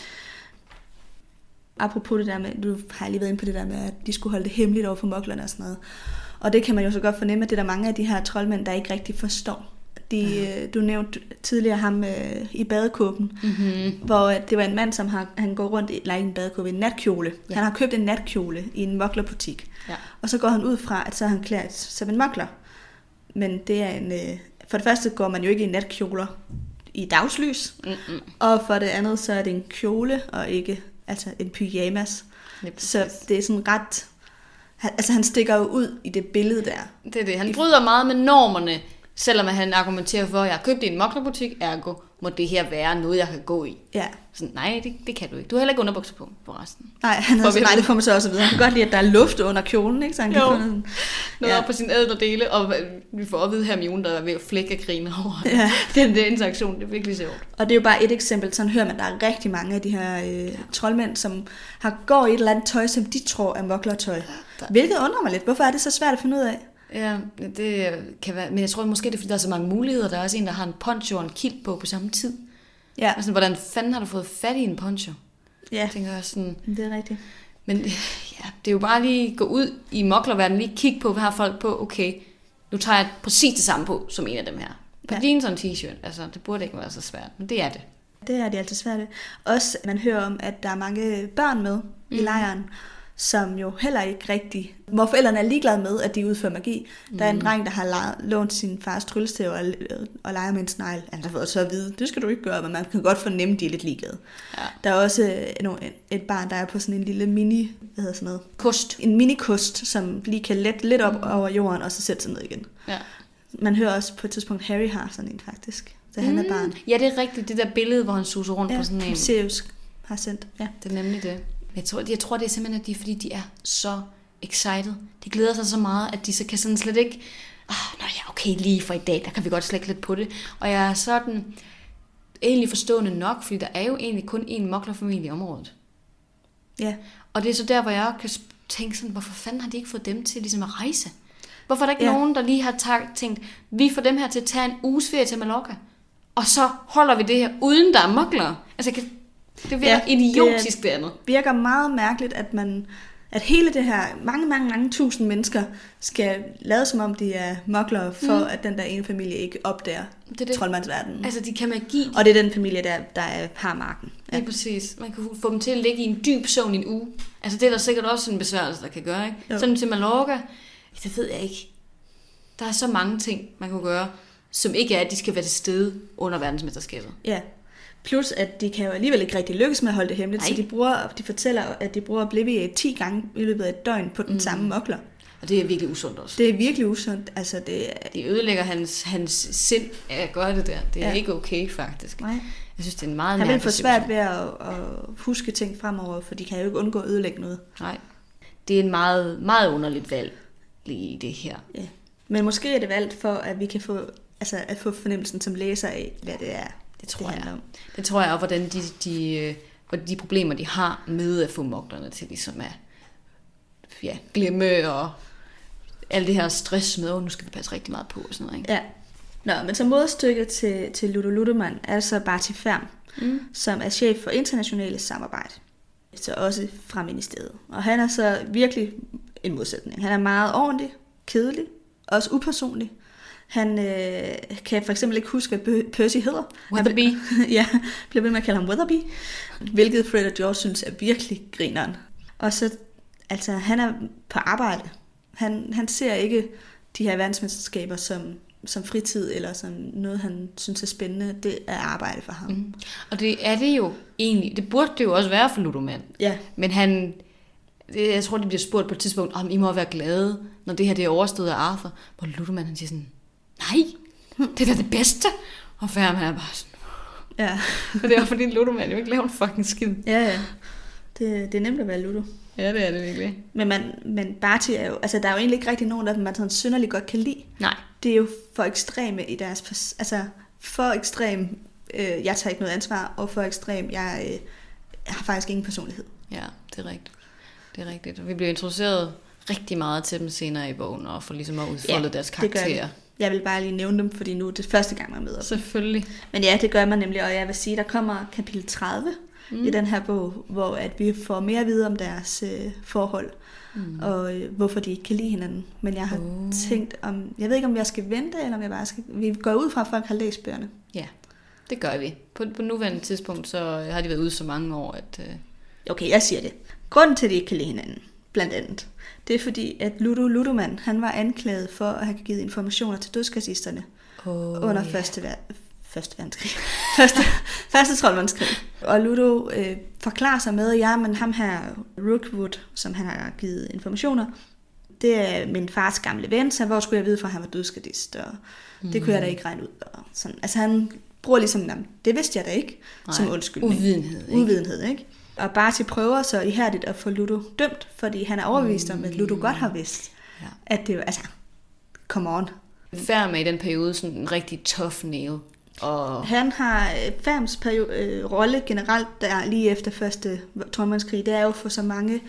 Apropos det der med, du har lige været inde på det der med, at de skulle holde det hemmeligt over for muglerne og sådan noget. Og det kan man jo så godt fornemme, at det er der mange af de her troldmænd, der ikke rigtig forstår. Du nævnte tidligere ham i badekåben, hvor det var en mand, som han går rundt i en badekåbe i en natkjole. Ja. Han har købt en natkjole i en muglerbutik. Ja. Og så går han ud fra, at så er han klædt som en mugler. Men det er for det første går man jo ikke i natkjoler i dagslys. Og for det andet, så er det en kjole og ikke en pyjamas. Så det er sådan ret... han stikker jo ud i det billede der. Det er det. Han bryder meget med normerne, selvom han argumenterer for, at jeg har købt i en muglerbutik, ergo må det her være noget, jeg kan gå i. Ja. Sådan, nej, det kan du ikke. Du har heller ikke underbukser på, forresten. Nej, det får man så også at vide. Han kan godt lide, at der er luft under kjolen, ikke? Så han kan få noget op på sine ædle dele, og vi får at vide Hermione, der er ved at flække af grine over den der interaktion. Det er virkelig sjovt. Og det er jo bare et eksempel. Sådan hører man, der er rigtig mange af de her troldmænd, som går i et eller andet tøj, som de tror er muglertøj. Hvilket undrer mig lidt. Hvorfor er det så svært at finde ud af? Ja, det kan være, men jeg tror måske, det er, fordi der er så mange muligheder. Der er også en, der har en poncho og en kilt på samme tid. Ja. Altså, hvordan fanden har du fået fat i en poncho? Ja, tænker jeg sådan, det er rigtigt. Men det er jo bare lige gå ud i muglerverdenen, lige kigge på, hvad har folk på. Okay, nu tager jeg præcis det samme på, som en af dem her. På jeans og en t-shirt. Altså, det burde ikke være så svært, men det er det. Det er det altid svært. Også, man hører om, at der er mange børn med i lejren, som jo heller ikke rigtig... Hvor forældrene er ligeglade med, at de udfører magi. Der er en dreng, der har lånt sin fars tryllestav og leger med en snegl. Han har fået så at vide, det skal du ikke gøre, men man kan godt fornemme, at de er lidt ligeglade. Ja. Der er også et barn, der er på sådan en lille mini... Hvad hedder sådan noget? Kost. En mini-kost, som lige kan lette lidt op over jorden, og så sætte sig ned igen. Ja. Man hører også på et tidspunkt, Harry har sådan en faktisk, da han er barn. Ja, det er rigtigt. Det der billede, hvor han suser rundt på sådan en... Sirius har sendt. Ja, det er nemlig det. Jeg tror, det er simpelthen, at de, fordi de er så excited. De glæder sig så meget, at de så kan sådan slet ikke... okay, lige for i dag, der kan vi godt slække lidt på det. Og jeg er sådan egentlig forstående nok, fordi der er jo egentlig kun én muglerfamilie i området. Ja. Og det er så der, hvor jeg kan tænke sådan, hvorfor fanden har de ikke fået dem til ligesom at rejse? Hvorfor er der ikke nogen, der lige har tænkt, vi får dem her til at tage en uges ferie til Mallorca, og så holder vi det her, uden der er muglere? Altså, det virker idiotisk det andet. Det virker meget mærkeligt, at hele det her, mange tusind mennesker skal lade som om de er muglere, for at den der ene familie ikke opdager troldmandsverdenen. Altså, de kan magi. Og det er den familie, der har marken. Ja. Det er præcis. Man kan få dem til at ligge i en dyb søvn i en uge. Altså, det er der sikkert også en besværgelse, der kan gøre, ikke? Jo. Sådan til Mallorca, det ved jeg ikke. Der er så mange ting, man kan gøre, som ikke er, at de skal være til stede under verdensmesterskabet. Ja. Plus, at de kan jo alligevel ikke rigtig lykkes med at holde det hemmeligt, så de fortæller, at de bruger Obliviate 10 gange i løbet af et døgn på den samme mugler. Og det er virkelig usundt også. Det er virkelig usundt. Altså, det ødelægger hans sind at gøre det der. Det er ikke okay, faktisk. Nej. Jeg synes, det er en meget mærkelig situation. Han vil få svært ved at huske ting fremover, for de kan jo ikke undgå at ødelægge noget. Nej. Det er en meget, meget underligt valg lige i det her. Ja. Men måske er det valgt for, at vi kan få, at få fornemmelsen som læser af, hvad det er. Det tror jeg, og hvordan de problemer, de har med at få muglerne til ligesom at glemme og alt det her stress med, nu skal vi passe rigtig meget på og sådan noget, ikke? Ja. Nå, men som modstykke til Ludo Ludoman er så Barty Ferm, som er chef for internationale samarbejde. Så også fra ministeriet. Og han er så virkelig en modsætning. Han er meget ordentlig, kedelig, også upersonlig. Han kan for eksempel ikke huske, hvad Percy hedder. Weatherby. Ja, bliver ved med at kalde ham Weatherby. Hvilket Fred og George synes er virkelig grineren. Og så, han er på arbejde. Han ser ikke de her verdensmesterskaber som fritid, eller som noget, han synes er spændende, det er arbejde for ham. Mm. Og det er det jo egentlig. Det burde det jo også være for Ludoman. Ja. Men jeg tror, de bliver spurgt på et tidspunkt, om I må være glade, når det her det er overstået af Arthur. Hvor Ludoman, han siger sådan, nej, det er da det bedste. Og Færm, han er bare sådan, Ja. og det er fordi Ludoman jo ikke laver en fucking skid. Ja. Det er nemt at være Ludo. Ja, det er det virkelig. Men Barty er jo, altså der er jo egentlig ikke rigtig nogen af dem, man sådan synderligt godt kan lide. Nej. Det er jo for ekstreme i deres, altså for ekstrem, jeg tager ikke noget ansvar, og for ekstrem, jeg har faktisk ingen personlighed. Ja, det er rigtigt. Det er rigtigt. Vi bliver introduceret rigtig meget til dem senere i bogen, og får ligesom at udfolde deres karakterer. Jeg vil bare lige nævne dem, fordi nu er det første gang, man møder dem. Selvfølgelig. Men ja, det gør man nemlig, og jeg vil sige, der kommer kapitel 30 i den her bog, hvor at vi får mere at vide om deres forhold, og hvorfor de ikke kan lide hinanden. Men jeg har tænkt om, jeg ved ikke om jeg skal vente, eller om jeg bare skal, vi går ud fra, at folk har læst bøgerne. Ja, det gør vi. På nuværende tidspunkt, så har de været ude så mange år, at... Okay, jeg siger det. Grunden til, at de ikke kan lide hinanden, blandt andet, det er fordi, at Ludoman, han var anklaget for at have givet informationer til dødsgazisterne under Første verdenskrig. Første troldmandskrig. Og Ludo forklarer sig med, ja, men ham her, Rookwood, som han har givet informationer, det er min fars gamle ven, så hvor skulle jeg vide, for han var dødsgazist, og det kunne jeg da ikke regne ud. Og sådan. Altså han bruger ligesom, det vidste jeg da ikke, som undskyldning. Uvidenhed, ikke? Og Barty prøver så ihærdigt at få Ludo dømt, fordi han er overbevist om, at Ludo godt har vidst, at det var, altså, come on. Færm er i den periode sådan en rigtig tough nail. Og... Han har Færms rolle generelt, der lige efter første troldmandskrig, det er jo at få så mange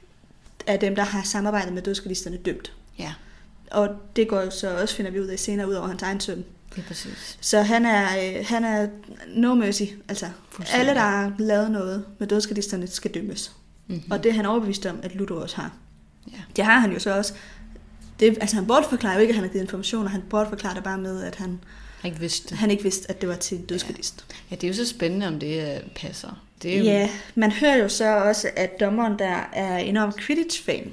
af dem, der har samarbejdet med dødsgardisterne, dømt. Ja. Og det går jo så også, finder vi ud af senere, ud over hans egen søn. Det er præcis. Så han er no mercy. Altså, alle, der har lavet noget med dødsgardisterne, skal dømmes. Mm-hmm. Og det er han overbevist om, at Ludo også har. Ja. Det har han jo så også. Altså, han bortforklarer jo ikke, at han har givet informationer. Han bortforklarer det bare med, at han ikke vidste, at det var til en dødsgardist. Ja, det er jo så spændende, om det passer. Det er jo... Ja, man hører jo så også, at dommeren der er enormt Quidditch-fan.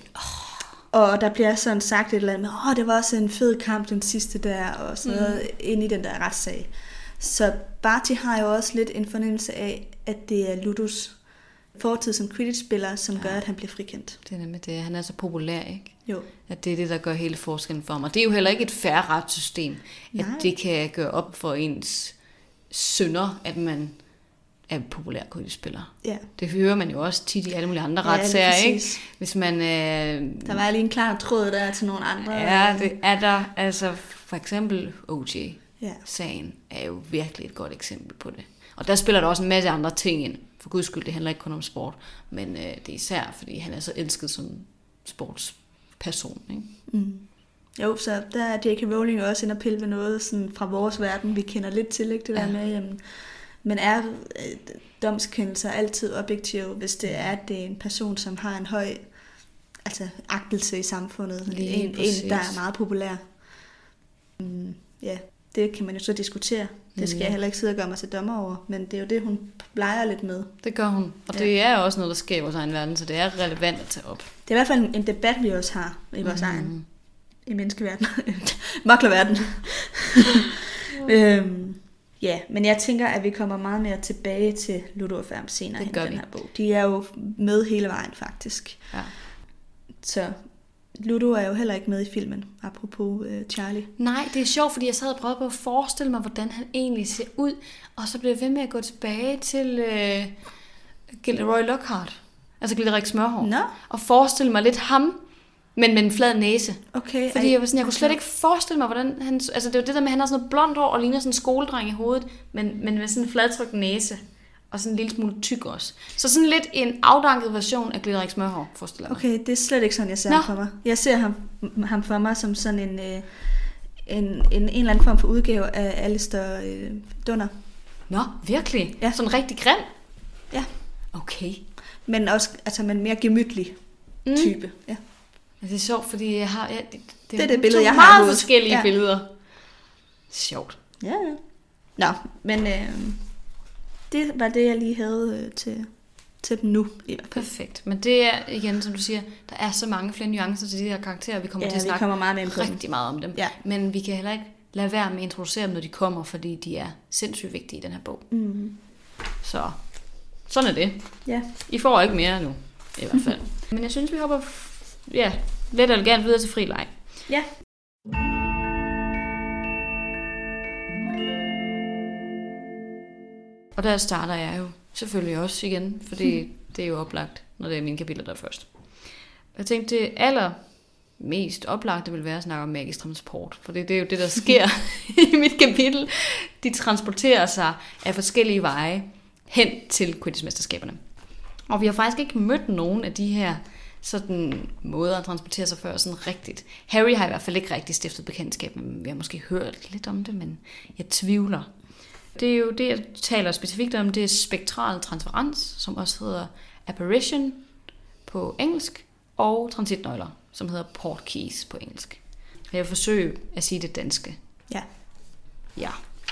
Og der bliver sådan sagt et eller andet med, det var også en fed kamp den sidste der, og sådan noget inde i den der retssag. Så Barty har jo også lidt en fornemmelse af, at det er Ludos fortid som Quidditch-spiller, som gør, at han bliver frikendt. Det er nemlig det. Han er så populær, ikke? Jo. At det er det, der gør hele forskellen for ham. Og det er jo heller ikke et fair retssystem, at det kan gøre op for ens synder, at man er populær Quidditch-spiller. Ja. Det hører man jo også tit i alle mulige andre retssager, ikke? Hvis man... Der var lige en klar tråd der til nogle andre. Ja, det er der. Altså, for eksempel OJ-sagen er jo virkelig et godt eksempel på det. Og der spiller der også en masse andre ting ind. For guds skyld, det handler ikke kun om sport. Men det er især, fordi han er så elsket som sportsperson, ikke? Mm. Jo, så der er J.K. Rowling jo også inde og pille ved noget sådan fra vores verden, vi kender lidt til, ikke? Det der med, jamen, men er domskendelser altid objektive, hvis det er, at det er en person, som har en høj agtelse i samfundet. En, der er meget populær. Ja, det kan man jo så diskutere. Det skal jeg heller ikke sidde og gøre mig til dommer over, men det er jo det, hun plejer lidt med. Det gør hun, og det er også noget, der sker i vores egen verden, så det er relevant at tage op. Det er i hvert fald en debat, vi også har i vores egen, i menneskeverdenen, maklerverden. Ja, men jeg tænker, at vi kommer meget mere tilbage til Ludo og Færm senere i den her bog. De er jo med hele vejen, faktisk. Ja. Så Ludo er jo heller ikke med i filmen, apropos Charlie. Nej, det er sjovt, fordi jeg sad og prøvede på at forestille mig, hvordan han egentlig ser ud, og så blev jeg ved med at gå tilbage til Gilderoy Lockhart, altså Glitterik Smørhår, og forestille mig lidt ham, men med en flad næse. Okay. Fordi jeg kunne slet ikke forestille mig, hvordan han... Altså det er jo det der med, at han har sådan noget blondt hår og ligner sådan en skoledreng i hovedet, men med sådan en fladtrykt næse. Og sådan en lille smule tyk også. Så sådan lidt en afdanket version af Glitterik Smørhår, forestiller jeg. Okay, det er slet ikke sådan, jeg ser ham for mig. Jeg ser ham for mig som sådan en eller anden form for udgave af Alistair Dunner. Nå, virkelig? Ja. Sådan rigtig grim? Ja. Okay. Men også men mere gemytlig type. Ja. Det er sjovt, fordi jeg har... Det er det billede, jeg har. Meget forskellige billeder. Sjovt. Ja. Nå, men det var det, jeg lige havde til til dem nu, i hvert fald. Perfekt. Men det er, igen, som du siger, der er så mange flere nuancer til de her karakterer, vi kommer til at snakke rigtig meget om dem. Ja. Men vi kan heller ikke lade være med at introducere dem, når de kommer, fordi de er sindssygt vigtige i den her bog. Mm. Så sådan er det. Ja. I får ikke mere nu, i hvert fald. Men jeg synes, vi hopper let og elegant videre til fri leg. Ja. Og der starter jeg jo selvfølgelig også igen, fordi det er jo oplagt, når det er mine kapitler der først. Jeg tænkte, det allermest oplagte vil være at snakke om magisk transport, for det er jo det, der sker i mit kapitel. De transporterer sig af forskellige veje hen til Quidditch-mesterskaberne. Og vi har faktisk ikke mødt nogen af de her sådan måder at transportere sig før sådan rigtigt. Harry har i hvert fald ikke rigtig stiftet bekendtskab, men vi har måske hørt lidt om det, men jeg tvivler. Det er jo det, jeg taler specifikt om, det er spektral transferens, som også hedder apparition på engelsk, og transitnøgler, som hedder portkeys på engelsk. Jeg vil forsøge at sige det danske. Ja. Ja.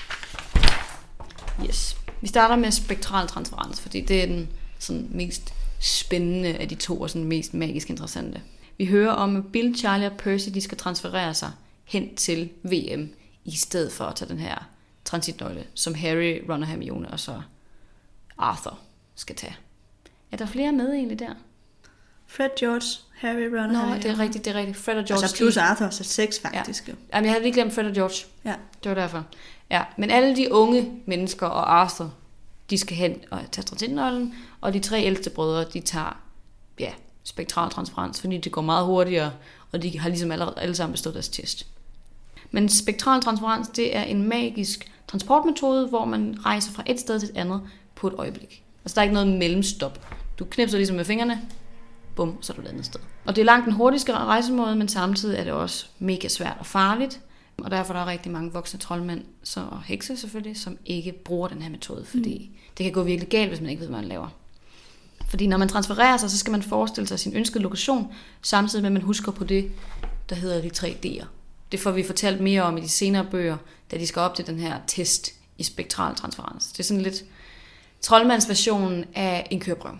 Yes. Vi starter med spektral transferens, fordi det er den sådan mest spændende af de to, og sådan mest magisk interessante. Vi hører om, at Bill, Charlie og Percy, de skal transferere sig hen til VM, i stedet for at tage den her transitnøgle, som Harry, Ron og Hermione og så Arthur skal tage. Er der flere med egentlig der? Fred, George, Harry, Ron og Hermione. Det er rigtigt. Fred og George. Altså plus Arthur, så 6 faktisk. Ja. Jamen, jeg havde lige glemt Fred og George. Ja. Det var derfor. Ja, men alle de unge mennesker og Arthur, de skal hen og tage transitnøglen, og de 3 ældste brødre, de tager spektral transferens, fordi det går meget hurtigere, og de har ligesom alle sammen bestået deres test. Men spektral transferens, det er en magisk transportmetode, hvor man rejser fra et sted til et andet på et øjeblik. Altså der er ikke noget mellemstop. Du knipser ligesom med fingrene, bum, så er du et andet sted. Og det er langt den hurtigste rejsemåde, men samtidig er det også mega svært og farligt. Og derfor er der rigtig mange voksne troldmænd, og hekse selvfølgelig, som ikke bruger den her metode, fordi det kan gå virkelig galt, hvis man ikke ved, hvad man laver. Fordi når man transfererer sig, så skal man forestille sig sin ønskede lokation, samtidig med at man husker på det, der hedder de 3 D'er. Det får vi fortalt mere om i de senere bøger, da de skal op til den her test i spektral transferens. Det er sådan lidt troldmandsversionen af en køreprøve.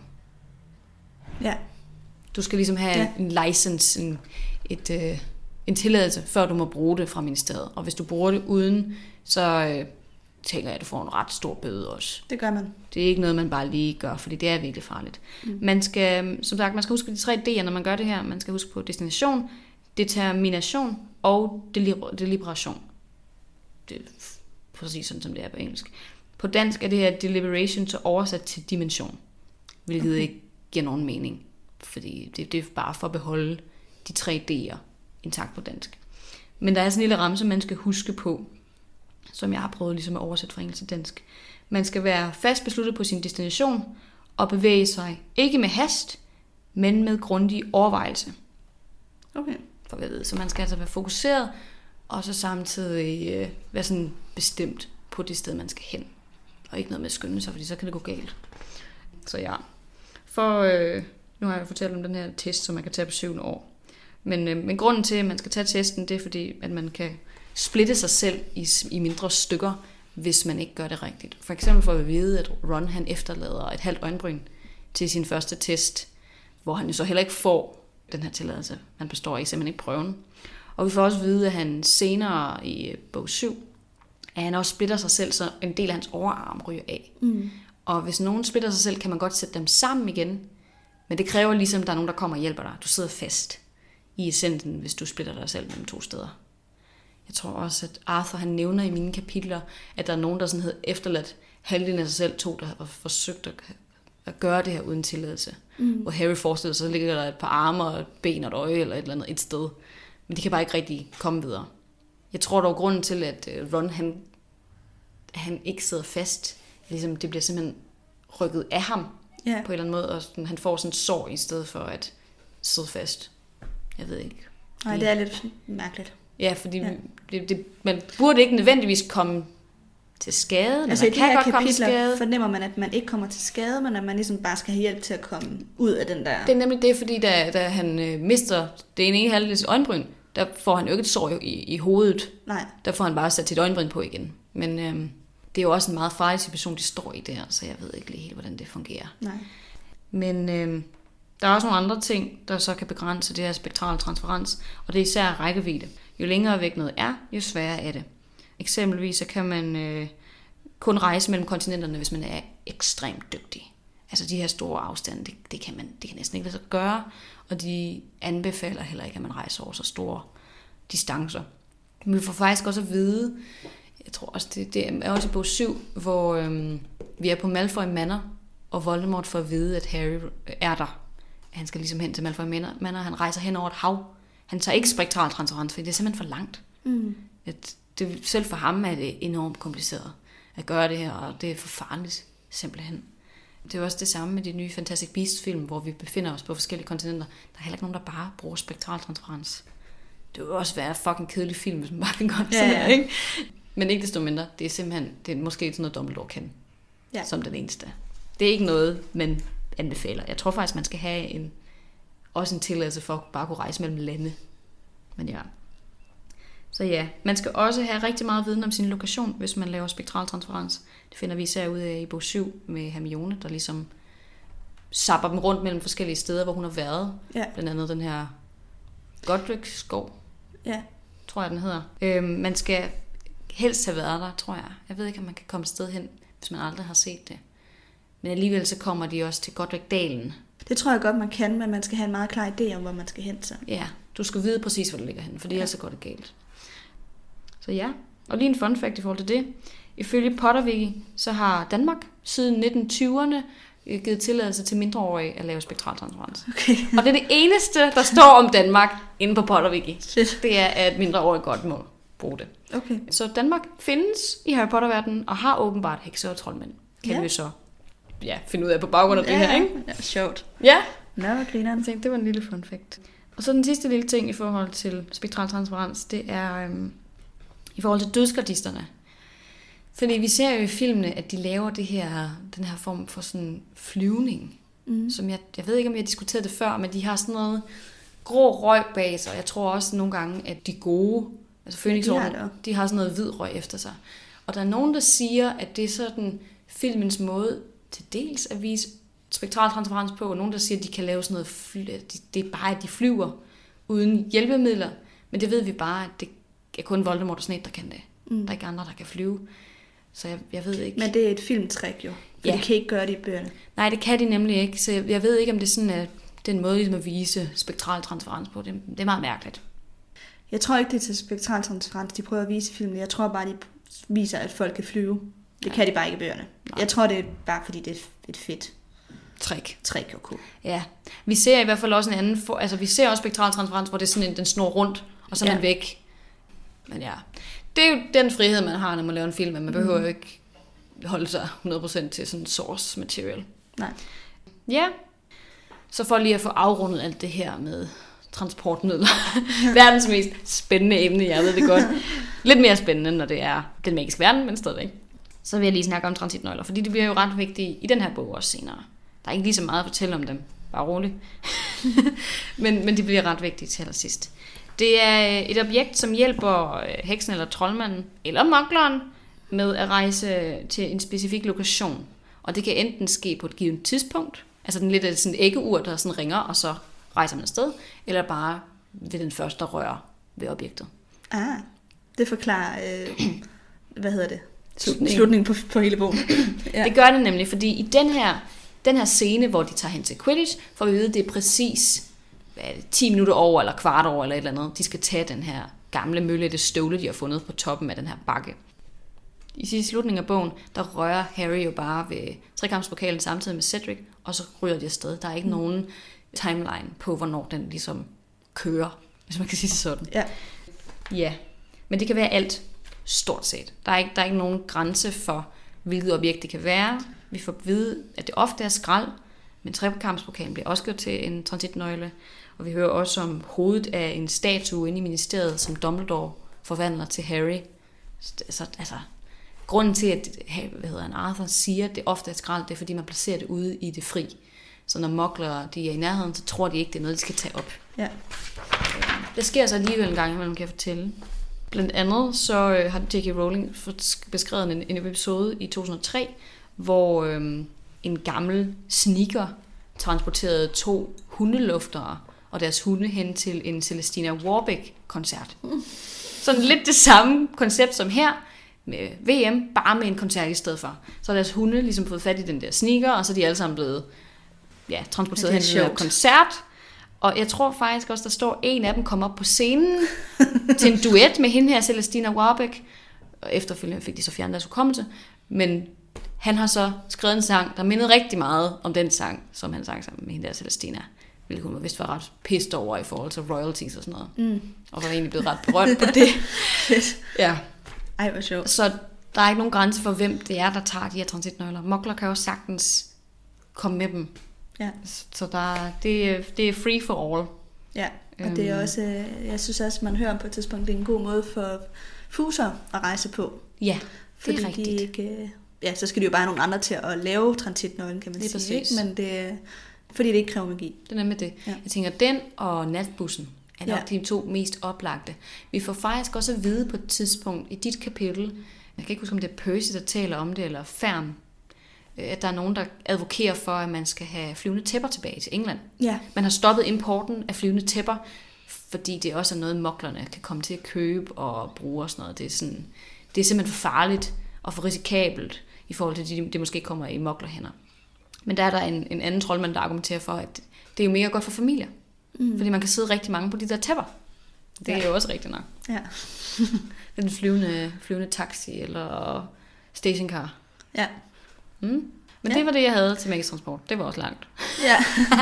Ja. Du skal ligesom have en license, en tilladelse, før du må bruge det fra ministeriet. Og hvis du bruger det uden, så tænker jeg, at du får en ret stor bøde også. Det gør man. Det er ikke noget, man bare lige gør, fordi det er virkelig farligt. Man skal, som sagt, man skal huske de 3 D'er, når man gør det her. Man skal huske på destination, determination og deliberation. Det er præcis sådan, som det er på engelsk. På dansk er det her deliberation så oversat til dimension, hvilket ikke giver nogen mening, fordi det er bare for at beholde de 3 D'er intakt på dansk. Men der er sådan en lille ramse, man skal huske på, som jeg har prøvet ligesom at oversætte fra engelsk til dansk. Man skal være fast besluttet på sin destination og bevæge sig ikke med hast, men med grundig overvejelse. Okay. For hvad ved. Så man skal altså være fokuseret, og så samtidig være sådan bestemt på det sted, man skal hen. Og ikke noget med at skynde sig, fordi så kan det gå galt. Så ja. For nu har jeg fortalt om den her test, som man kan tage på 7. år. Men grunden til, at man skal tage testen, det er fordi, at man kan splitte sig selv i mindre stykker, hvis man ikke gør det rigtigt. For eksempel får vi at vide, at Ron han efterlader et halvt øjenbryn til sin første test, hvor han jo så heller ikke får den her tilladelse. Han består ikke simpelthen ikke prøven. Og vi får også at vide, at han senere i bog 7, at han også splitter sig selv, så en del af hans overarm ryger af. Og hvis nogen splitter sig selv, kan man godt sætte dem sammen igen, men det kræver ligesom, at der er nogen, der kommer og hjælper dig. Du sidder fast i essensen, hvis du splitter dig selv mellem 2 steder. Jeg tror også, at Arthur han nævner i mine kapitler, at der er nogen, der sådan havde efterladt halvdelen af sig selv, 2, der har forsøgt at gøre det her uden tilladelse. Hvor Harry forestiller sig, så ligger der et par arme og et ben og et øje eller et eller andet et sted. Men de kan bare ikke rigtig komme videre. Jeg tror dog grunden til, at Ron han ikke sidder fast, ligesom det bliver simpelthen rykket af ham på en eller anden måde, og sådan, han får sådan et sår i stedet for at sidde fast. Jeg ved ikke. Nej, det er lidt mærkeligt. Ja, fordi man burde ikke nødvendigvis komme til skade. Altså i de her kapitler fornemmer man, at man ikke kommer til skade, men at man ligesom bare skal have hjælp til at komme ud af den der... Det er nemlig det, fordi da han mister det ene halvdel af sit øjenbryn, der får han jo ikke et sår i hovedet. Nej. Der får han bare sat sit øjenbryn på igen. Men det er jo også en meget farlig situation, de står i der, så jeg ved ikke lige helt, hvordan det fungerer. Nej. Men der er også nogle andre ting, der så kan begrænse det her spektrale transferens, og det er især rækkevidde. Jo længere væk noget er, jo sværere er det. Eksempelvis så kan man kun rejse mellem kontinenterne, hvis man er ekstremt dygtig. Altså de her store afstande, det kan næsten ikke lade sig gøre, og de anbefaler heller ikke, at man rejser over så store distancer. Men vi får faktisk også at vide, jeg tror også, det er også i bog 7, hvor vi er på Malfoy Manor, og Voldemort får at vide, at Harry er der. Han skal ligesom hen til Malfoy Manor, han rejser hen over et hav. Han tager ikke spektral transferens, fordi det er simpelthen for langt. Selv for ham er det enormt kompliceret at gøre det her, og det er for farligt simpelthen. Det er også det samme med de nye Fantastic Beasts-film, hvor vi befinder os på forskellige kontinenter. Der er heller ikke nogen, der bare bruger spektral transferens. Det vil også være en fucking kedelig film, hvis man bare kan gøre det sådan her, ikke? Men ikke desto mindre, det er simpelthen, det er måske sådan noget Dumbledore kan, som den eneste. Det er ikke noget, man anbefaler. Jeg tror faktisk, man skal have også en tilladelse for at bare kunne rejse mellem lande. Men ja. Så ja, man skal også have rigtig meget viden om sin lokation, hvis man laver spektral transferens. Det finder vi især ud af i bog 7 med Hermione, der ligesom zapper dem rundt mellem forskellige steder, hvor hun har været. Ja. Blandt andet den her Godric skov, tror jeg den hedder. Man skal helst have været der, tror jeg. Jeg ved ikke, om man kan komme et sted hen, hvis man aldrig har set det. Men alligevel så kommer de også til Godric-dalen. Det tror jeg godt, man kan, men man skal have en meget klar idé om, hvor man skal hen til. Ja, du skal vide præcis, hvor det ligger hen, for det er altså godt og galt. Så ja, og lige en fun fact i forhold til det. Ifølge Potterwiki, så har Danmark siden 1920'erne givet tilladelse til mindreårige at lave spektral transferens. Okay. Og det er det eneste, der står om Danmark inde på Potterwiki. Shit. Det er, at mindreårige godt må bruge det. Okay. Så Danmark findes i Harry Potter-verdenen og har åbenbart hekser og troldmænd. Kan vi så finde ud af på baggrund af det her, ikke? Ja, sjovt. Ja. Nå, hvad griner jeg tænkte, det var en lille fun fact. Og så den sidste lille ting i forhold til spektral transferens, det er i forhold til dødsgardisterne. Fordi vi ser jo i filmene, at de laver den her form for sådan flyvning, som jeg ved ikke, om jeg har diskuteret det før, men de har sådan noget grå røg bag sig. Jeg tror også nogle gange, at de gode, altså Phoenix-orden, de har sådan noget hvid røg efter sig. Og der er nogen, der siger, at det er sådan filmens måde til dels at vise spektral transferens på, og nogen, der siger, at de kan lave sådan noget, det er bare, at de flyver uden hjælpemidler, men det ved vi bare, at det er kun Voldemort og Snape, der kan det. Der er ikke andre, der kan flyve. Så jeg ved ikke. Men det er et filmtræk jo, for de kan ikke gøre det i bøgerne. Nej, det kan de nemlig ikke, så jeg ved ikke, om det er sådan, at den måde ligesom at vise spektral transferens på, det er meget mærkeligt. Jeg tror ikke, det er til spektral transferens, de prøver at vise i filmen. Jeg tror bare, de viser, at folk kan flyve. Det kan de bare ikke i bøgerne. Nej. Jeg tror, det er bare, fordi det er et fedt trick og cool. Ja, vi ser i hvert fald også en anden, vi ser også spektral transferens, hvor det er sådan den snor rundt, og så er man væk. Men ja, det er jo den frihed, man har, når man laver en film, at man behøver jo ikke holde sig 100% til sådan source material. Nej. Ja, så for lige at få afrundet alt det her med transportmidler. Verdens mest spændende emne, jeg ved det godt. Lidt mere spændende, når det er den magiske verden, men stadig. Så vil jeg lige snakke om transitnøgler, fordi det bliver jo ret vigtigt i den her bog også senere. Der er ikke lige så meget at fortælle om dem, bare roligt. men det bliver ret vigtigt til allersidst. Det er et objekt, som hjælper heksen eller troldmanden eller mugleren med at rejse til en specifik lokation. Og det kan enten ske på et givet tidspunkt, altså den lidt af sådan et æggeur, der sådan ringer, og så rejser man afsted, eller bare ved den første, der rører ved objektet. Det forklarer, slutningen på hele bogen. Ja. Det gør det nemlig, fordi i den her scene, hvor de tager hen til Quidditch, får vi vide, at det er præcis 10 minutter over, eller kvart over, eller et eller andet. De skal tage den her gamle møllette støvle, de har fundet på toppen af den her bakke. I slutningen af bogen, der rører Harry jo bare ved trekampspokalen samtidig med Cedric, og så ryger de afsted. Der er ikke nogen timeline på, hvornår den ligesom kører, hvis man kan sige det sådan. Ja, men det kan være alt, stort set. Der er ikke nogen grænse for, hvilket objekt det kan være. Vi får at vide, at det ofte er skrald, men trekampspokalen bliver også gjort til en transitnøgle, og vi hører også om hovedet af en statue inde i ministeriet, som Dumbledore forvandler til Harry. Altså grunden til, at Arthur siger, at det ofte er skrald, det er, fordi man placerer det ude i det fri. Så når muglere de er i nærheden, så tror de ikke, det er noget, de skal tage op. Ja. Det sker så alligevel en gang imellem, kan jeg fortælle. Blandt andet så har J.K. Rowling beskrevet en episode i 2003, hvor en gammel sneaker transporterede 2 hundeluftere og deres hunde hen til en Celestina Warbeck-koncert. Sådan lidt det samme koncept som her, med VM, bare med en koncert i stedet for. Så har deres hunde ligesom fået fat i den der sneaker, og så er de alle sammen blevet transporteret hen til en koncert. Og jeg tror faktisk også, der står en af dem kommer op på scenen til en duet med hende her, Celestina Warbeck. Og efterfølgende fik de så fjernet deres hukommelse. Men han har så skrevet en sang, der mindede rigtig meget om den sang, som han sang sammen med hende der, Celestina. Hvilket hun vist var ret pissed over i forhold til royalties og sådan noget. Og var egentlig blevet ret berømt på det. Ja. Ej, hvor sjovt. Så der er ikke nogen grænse for, hvem det er, der tager de her transitnøgler. Mugler kan jo sagtens komme med dem. Ja. Så det er free for all. Ja, og det er også, jeg synes også, man hører på et tidspunkt, det er en god måde for fuser at rejse på. Ja, det er rigtigt. De ikke, så skal de jo bare have nogle andre til at lave transitnøglen, kan man sige. Ikke? Men det, fordi det ikke kræver magi. Det er med det. Ja. Jeg tænker, den og natbussen er nok de 2 mest oplagte. Vi får faktisk også at vide på et tidspunkt i dit kapitel, jeg kan ikke huske, om det er Percy, der taler om det, eller Fern, at der er nogen, der advokerer for, at man skal have flyvende tæpper tilbage til England. Ja. Man har stoppet importen af flyvende tæpper, fordi det også er noget, muglerne kan komme til at købe og bruge og sådan noget. Det er simpelthen for farligt og for risikabelt i forhold til, at det måske kommer i muglerhænder. Men der er der en anden troldmand, der argumenterer for, at det er jo mega godt for familier. Fordi man kan sidde rigtig mange på de der tæpper. Det er jo også rigtigt nok. Ja. Den flyvende taxi eller stationcar. Ja. Men det var det, jeg havde til magisk transport. Det var også langt. Ja.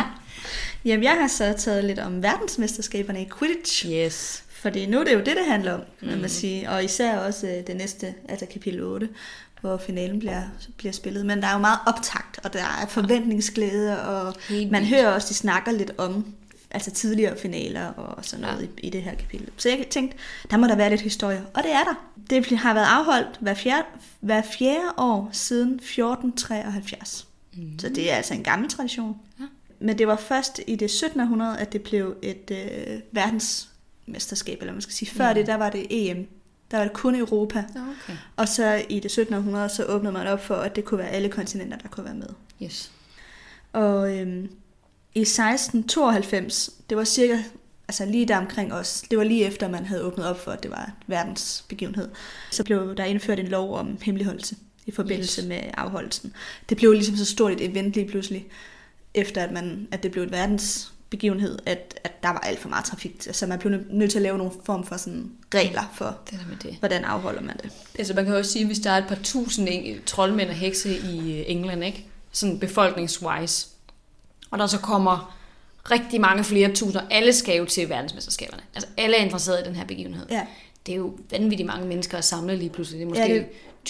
Jamen, jeg har så taget lidt om verdensmesterskaberne i Quidditch. Yes. Fordi nu er det jo det handler om, kan man sige. Og især også det næste, altså kapitel 8, hvor finalen bliver spillet. Men der er jo meget optakt, og der er forventningsglæde, og man hører også, de snakker lidt om altså tidligere finaler og sådan noget i det her kapitel. Så jeg tænkte, der må der være lidt historie, og det er der. Det har været afholdt hver fjerde år siden 1473. Så det er altså en gammel tradition. Ja. Men det var først i det 1700, at det blev et verdensmesterskab, eller man skal sige. Før det, der var det EM. Der var det kun Europa. Okay. Og så i det 1700, så åbnede man op for, at det kunne være alle kontinenter, der kunne være med. Yes. Og i 1692, det var cirka, altså lige der omkring os, det var lige efter, man havde åbnet op for, at det var et verdensbegivenhed, så blev der indført en lov om hemmeligholdelse i forbindelse med afholdelsen. Det blev ligesom så stort et event lige pludselig, efter at det blev et verdensbegivenhed, at der var alt for meget trafik. Så man blev nødt til at lave nogle form for sådan regler for, hvordan afholder man det. Altså man kan også sige, hvis der er et par tusind troldmænd og hekse i England, ikke? Sådan befolkningswise, og der så kommer rigtig mange flere tusinder, alle skal jo til verdensmesterskaberne. Altså alle er interesseret i den her begivenhed. Ja. Det er jo vanvittigt mange mennesker at samle lige pludselig. Det er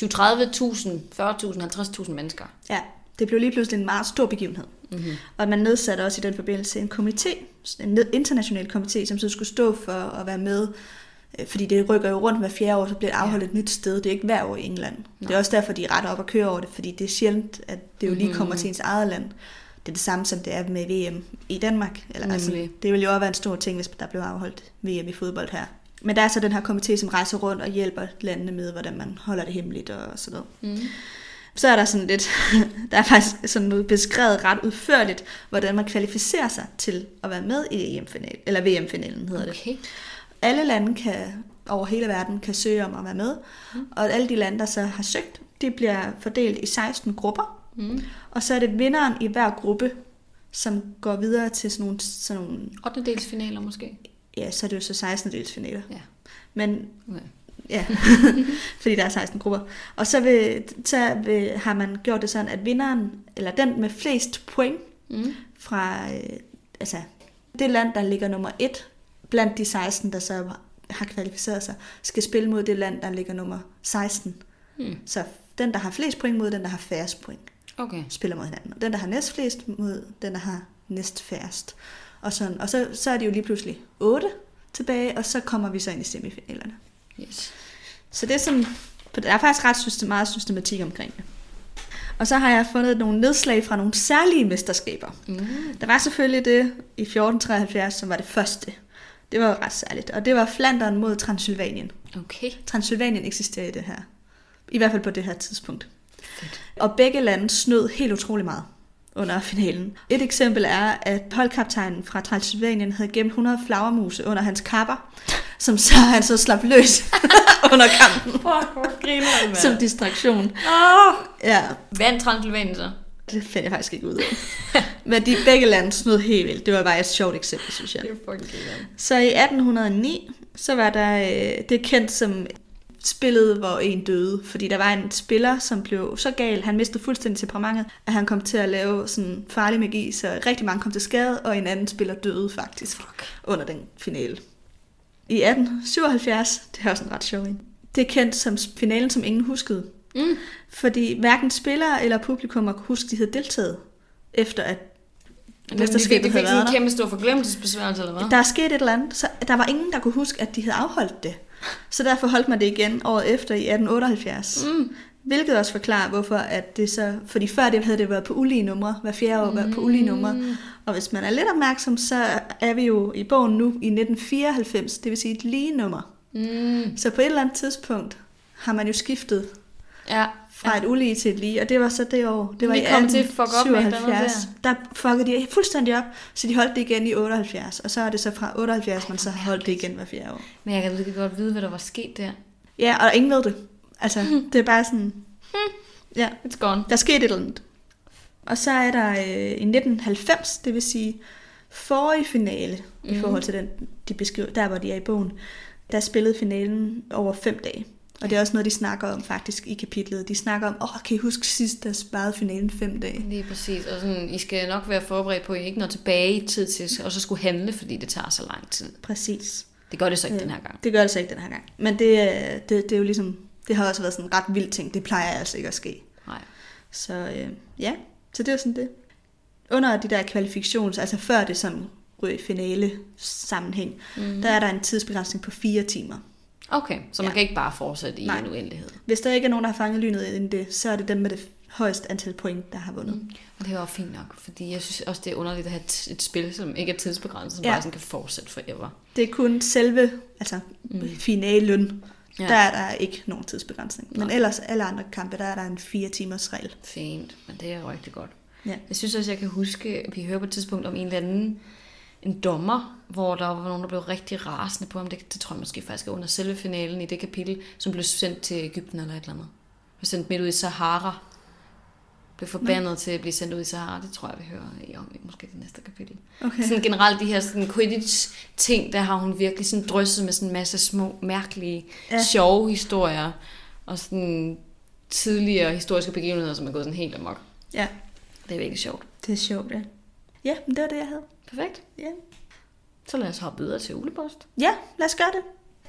måske 20-30.000, 40.000, 50.000 mennesker. Ja, det blev lige pludselig en meget stor begivenhed. Mm-hmm. Og man nedsatte også i den forbindelse en komité, en international komité, som så skulle stå for at være med, fordi det rykker jo rundt hver 4 år, så bliver det afholdt et nyt sted. Det er ikke hver år i England. Nej. Det er også derfor, de er ret op og kører over det, fordi det er sjældent, at det jo lige kommer til ens eget land. Det er det samme, som det er med VM i Danmark. Eller, altså, det ville jo også være en stor ting, hvis der blev afholdt VM i fodbold her. Men der er så den her komité, som rejser rundt og hjælper landene med, hvordan man holder det hemmeligt og sådan noget. Mm. Så er der sådan lidt, der er faktisk sådan noget beskrevet ret udførligt, hvordan man kvalificerer sig til at være med i EM-finalen, eller VM-finalen hedder det. Alle lande over hele verden kan søge om at være med, og alle de lande, der så har søgt, de bliver fordelt i 16 grupper. Og så er det vinderen i hver gruppe, som går videre til sådan nogle 8-delsfinaler måske? Ja, så er det jo så 16-delsfinaler. Ja. Men ja, fordi der er 16 grupper. Og så har man gjort det sådan, at vinderen, eller den med flest point fra altså det land, der ligger nummer 1 blandt de 16, der så har kvalificeret sig, skal spille mod det land, der ligger nummer 16. Så den, der har flest point mod den, der har færrest point, spiller mod hinanden. Og den, der har næst flest mod den, der har næst færrest. Og sådan. Og så er det jo lige pludselig 8 tilbage, og så kommer vi så ind i semifinalerne. Yes. Så det er sådan, der er faktisk ret meget systematik omkring det. Og så har jeg fundet nogle nedslag fra nogle særlige mesterskaber. Der var selvfølgelig det i 1473, som var det første. Det var jo ret særligt. Og det var Flandern mod Transylvanien. Okay. Transylvanien eksisterer i det her. I hvert fald på det her tidspunkt. Fedt. Og begge lande snød helt utrolig meget under finalen. Et eksempel er, at holdkaptajnen fra Transylvanien havde gemt 100 flagermuse under hans kapper, som så han så slap løs under kampen. Fuck, hvor griner det, mand. Som distraktion. Ja. Vandt Transylvanien så? Det fandt jeg faktisk ikke ud af. Men de begge lande snød helt vildt. Det var bare et sjovt eksempel, synes jeg. Det er fucking griner. Så i 1809, så var der det kendt som spillet, hvor en døde. Fordi der var en spiller, som blev så gal, han mistede fuldstændig temperamentet, at han kom til at lave sådan farlig magi, så rigtig mange kom til skade, og en anden spiller døde faktisk under den finale. I 1877, det er også en ret sjov en, det er kendt som finalen, som ingen huskede. Fordi hverken spillere eller publikum kunne huske, at de havde deltaget, efter at mesterskabet havde været der. Det fik sådan en kæmpe stor forglemmelsesbesværgelse, eller hvad? Der er sket et eller andet, så der var ingen, der kunne huske, at de havde afholdt det. Så derfor holdt man det igen året efter i 1878. Hvilket også forklarer, hvorfor at det så... Fordi før det havde det været på ulige numre. Hver 4 år været på ulige numre. Og hvis man er lidt opmærksom, så er vi jo i bogen nu i 1994. Det vil sige et lige nummer. Så på et eller andet tidspunkt har man jo skiftet fra et ulige til et lige. Og det var så det år. Det var i 1877. Der fuckede de fuldstændig op. Så de holdt det igen i 78. Og så er det så fra 78, man så har holdt det igen hver 4 år. Men jeg kan virkelig godt vide, hvad der var sket der. Ja, og ingen ved det. Altså, det er bare sådan... Ja, it's gone. Der skete et eller andet. Og så er der i 1990, det vil sige forrige finale, i forhold til den, de beskriver, der hvor de er i bogen, der spillede finalen over 5 dage. Og det er også noget, de snakker om faktisk i kapitlet. De snakker om, kan I huske sidst, der sparede finalen 5 dage? Lige præcis. Og sådan, I skal nok være forberedt på, at I ikke når tilbage i tid til, og så skulle handle, fordi det tager så lang tid. Præcis. Det gør det så ikke den her gang. Det gør det så ikke den her gang. Men det er jo ligesom... Det har også været sådan en ret vild ting. Det plejer altså ikke at ske. Nej. Så så det var sådan det. Under de der kvalifikations, altså før det sådan ryger finale sammenhæng, der er der en tidsbegrænsning på 4 timer. Okay, så man kan ikke bare fortsætte i en uendelighed. Hvis der ikke er nogen, der har fanget lynet inden det, så er det dem med det højeste antal point, der har vundet. Og det er jo fint nok, fordi jeg synes også, det er underligt at have et spil, som ikke er tidsbegrænset, som bare sådan kan fortsætte forever. Det er kun selve, finalen. Ja. Der er der ikke nogen tidsbegrænsning. Men ellers alle andre kampe, der er der en 4 timers regel. Fint, men det er jo rigtig godt. Ja. Jeg synes også, jeg kan huske, at vi hører på et tidspunkt om en eller anden en dommer, hvor der var nogen, der blev rigtig rasende på ham. Det tror jeg måske faktisk er under selve finalen i det kapitel, som blev sendt til Egypten eller et eller andet. Blev sendt midt ud i Sahara. Blev forbandet til at blive sendt ud i Sahara. Det tror jeg, vi hører om i måske det næste kapitel. Okay. Sådan generelt de her sådan Quidditch-ting, der har hun virkelig sådan drysset med sådan en masse små, mærkelige, sjove historier. Og sådan tidligere historiske begivenheder, som er gået sådan helt amok. Ja. Det er virkelig sjovt. Det er sjovt, ja. Ja, men det var det, jeg havde. Perfekt. Ja. Så lad os hoppe videre til ulepost. Ja, lad os gøre det.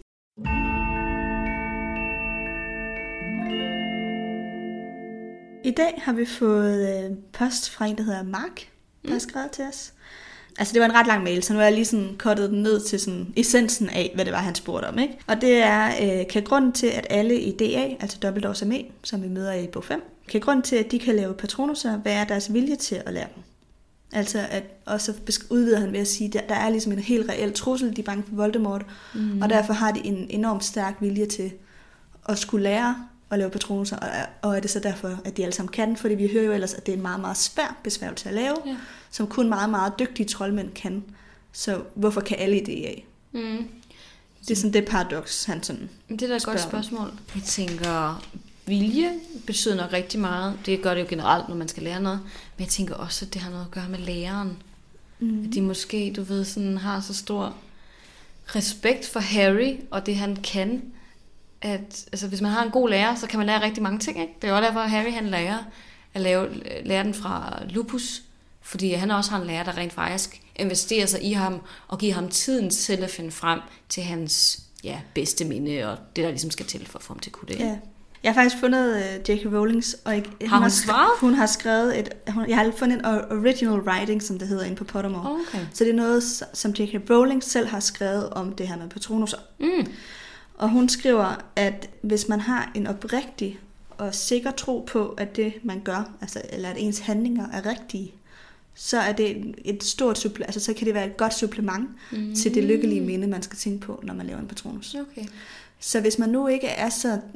I dag har vi fået post fra en, der hedder Mark, der har skrevet til os. Altså det var en ret lang mail, så nu har jeg lige sådan cuttet den ned til sådan essensen af, hvad det var, han spurgte om. Ikke? Og det er, kan grunden til, at alle i DA, altså Dumbledores Armé, som vi møder i bog 5, kan grunden til, at de kan lave patronuser, være deres vilje til at lære dem. Altså, og så udvider han ved at sige, at der er ligesom en helt reel trussel, de er bange for Voldemort, og derfor har de en enormt stærk vilje til at skulle lære at lave patronuser, og er det så derfor, at de alle sammen kan, fordi vi hører jo ellers, at det er en meget, meget svær besværgelse at lave, som kun meget, meget dygtige troldmænd kan. Så hvorfor kan alle i det af? Det er sådan det paradoks, han sådan det er da et godt spørgsmål. Jeg tænker, vilje betyder nok rigtig meget. Det gør det jo generelt, når man skal lære noget. Men jeg tænker også, at det har noget at gøre med læreren. At de måske, du ved, sådan har så stor respekt for Harry og det, han kan, at altså, hvis man har en god lærer, så kan man lære rigtig mange ting. Ikke? Det er jo derfor, at Harry han lærer at lære den fra Lupus, fordi han også har en lærer, der rent faktisk investerer sig i ham og giver ham tiden til at finde frem til hans bedste minde og det, der ligesom skal til for at få ham til at kunne det. Ja. Jeg har faktisk fundet J.K. Rowlings, og hun har skrevet jeg har fundet en original writing, som det hedder, inde på Pottermore. Okay. Så det er noget, som J.K. Rowling selv har skrevet om det her med patronuser. Og hun skriver, at hvis man har en oprigtig og sikker tro på, at det man gør, altså, eller at ens handlinger er rigtige, så er det et stort altså så kan det være et godt supplement til det lykkelige minde, man skal tænke på, når man laver en patronus. Okay. Så hvis man nu ikke er så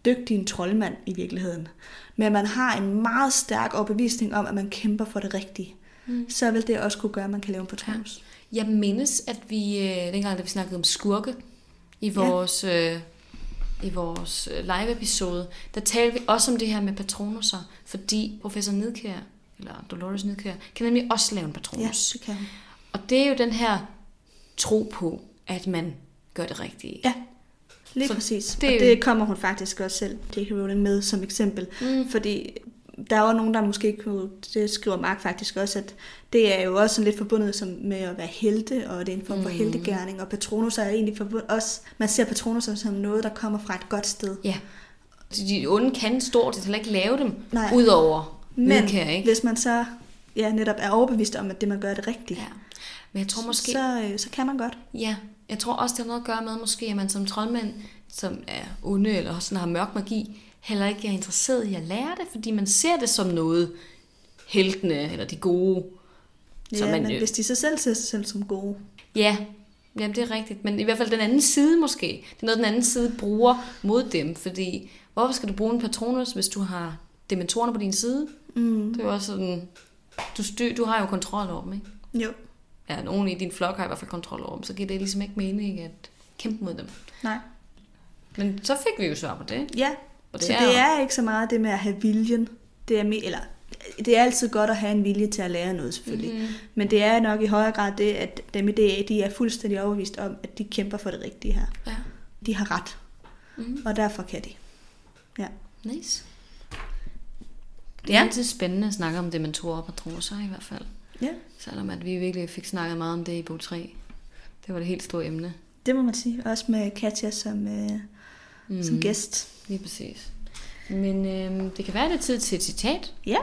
dygtig en troldmand i virkeligheden, men man har en meget stærk overbevisning om, at man kæmper for det rigtige, så vil det også kunne gøre, at man kan lave en Patronus. Ja. Jeg mindes, at vi dengang, da vi snakkede om skurke i vores live-episode, der talte vi også om det her med Patronusser, fordi professor Nidkjær, eller Dolores Nidkjær, kan nemlig også lave en Patronus. Ja, det kan hun. Og det er jo den her tro på, at man gør det rigtige. Ja, lige så præcis. Det kommer hun faktisk også selv, J.K. Rowling, med som eksempel. Fordi der er jo nogen, der måske kunne, det skriver Mark faktisk også, at det er jo også sådan lidt forbundet med at være helte, og det er en form for heltegerning, og Patronus er egentlig forbundet også, man ser Patronus som noget, der kommer fra et godt sted. Ja, de onde kan stort set heller ikke lave dem, udover Nidkjær, ikke? Hvis man så netop er overbevist om, at det man gør det rigtigt, men jeg tror måske, så kan man godt. Ja, jeg tror også, det har noget at gøre med, måske, at man som troldmand, som er onde eller sådan har mørk magi, heller ikke er interesseret i at lære det, fordi man ser det som noget heltene eller de gode. Ja, men hvis de så selv ser sig selv som gode. Ja, jamen det er rigtigt. Men i hvert fald den anden side måske. Det er noget, den anden side bruger mod dem, fordi hvorfor skal du bruge en Patronus, hvis du har dementorerne på din side? Det er jo også sådan, du har jo kontrol over dem, ikke? Jo. Ja, nogen i din flok har i hvert fald kontrol over dem, så giver det ligesom ikke mening at kæmpe mod dem. Nej. Men så fik vi jo svar på det. Ja, så det er ikke så meget det med at have viljen. Det er altid godt at have en vilje til at lære noget, selvfølgelig. Men det er nok i højere grad det, at dem i DA, de er fuldstændig overbevist om, at de kæmper for det rigtige her. Ja. De har ret. Og derfor kan de. Ja. Nice. Det er altid spændende at snakke om dementorer og patroner i hvert fald. Ja. Selvom at vi virkelig fik snakket meget om det i bog 3. Det var det helt store emne. Det må man sige. Også med Katja som gæst. Lige præcis. Men det kan være, det er tid til et citat. Ja.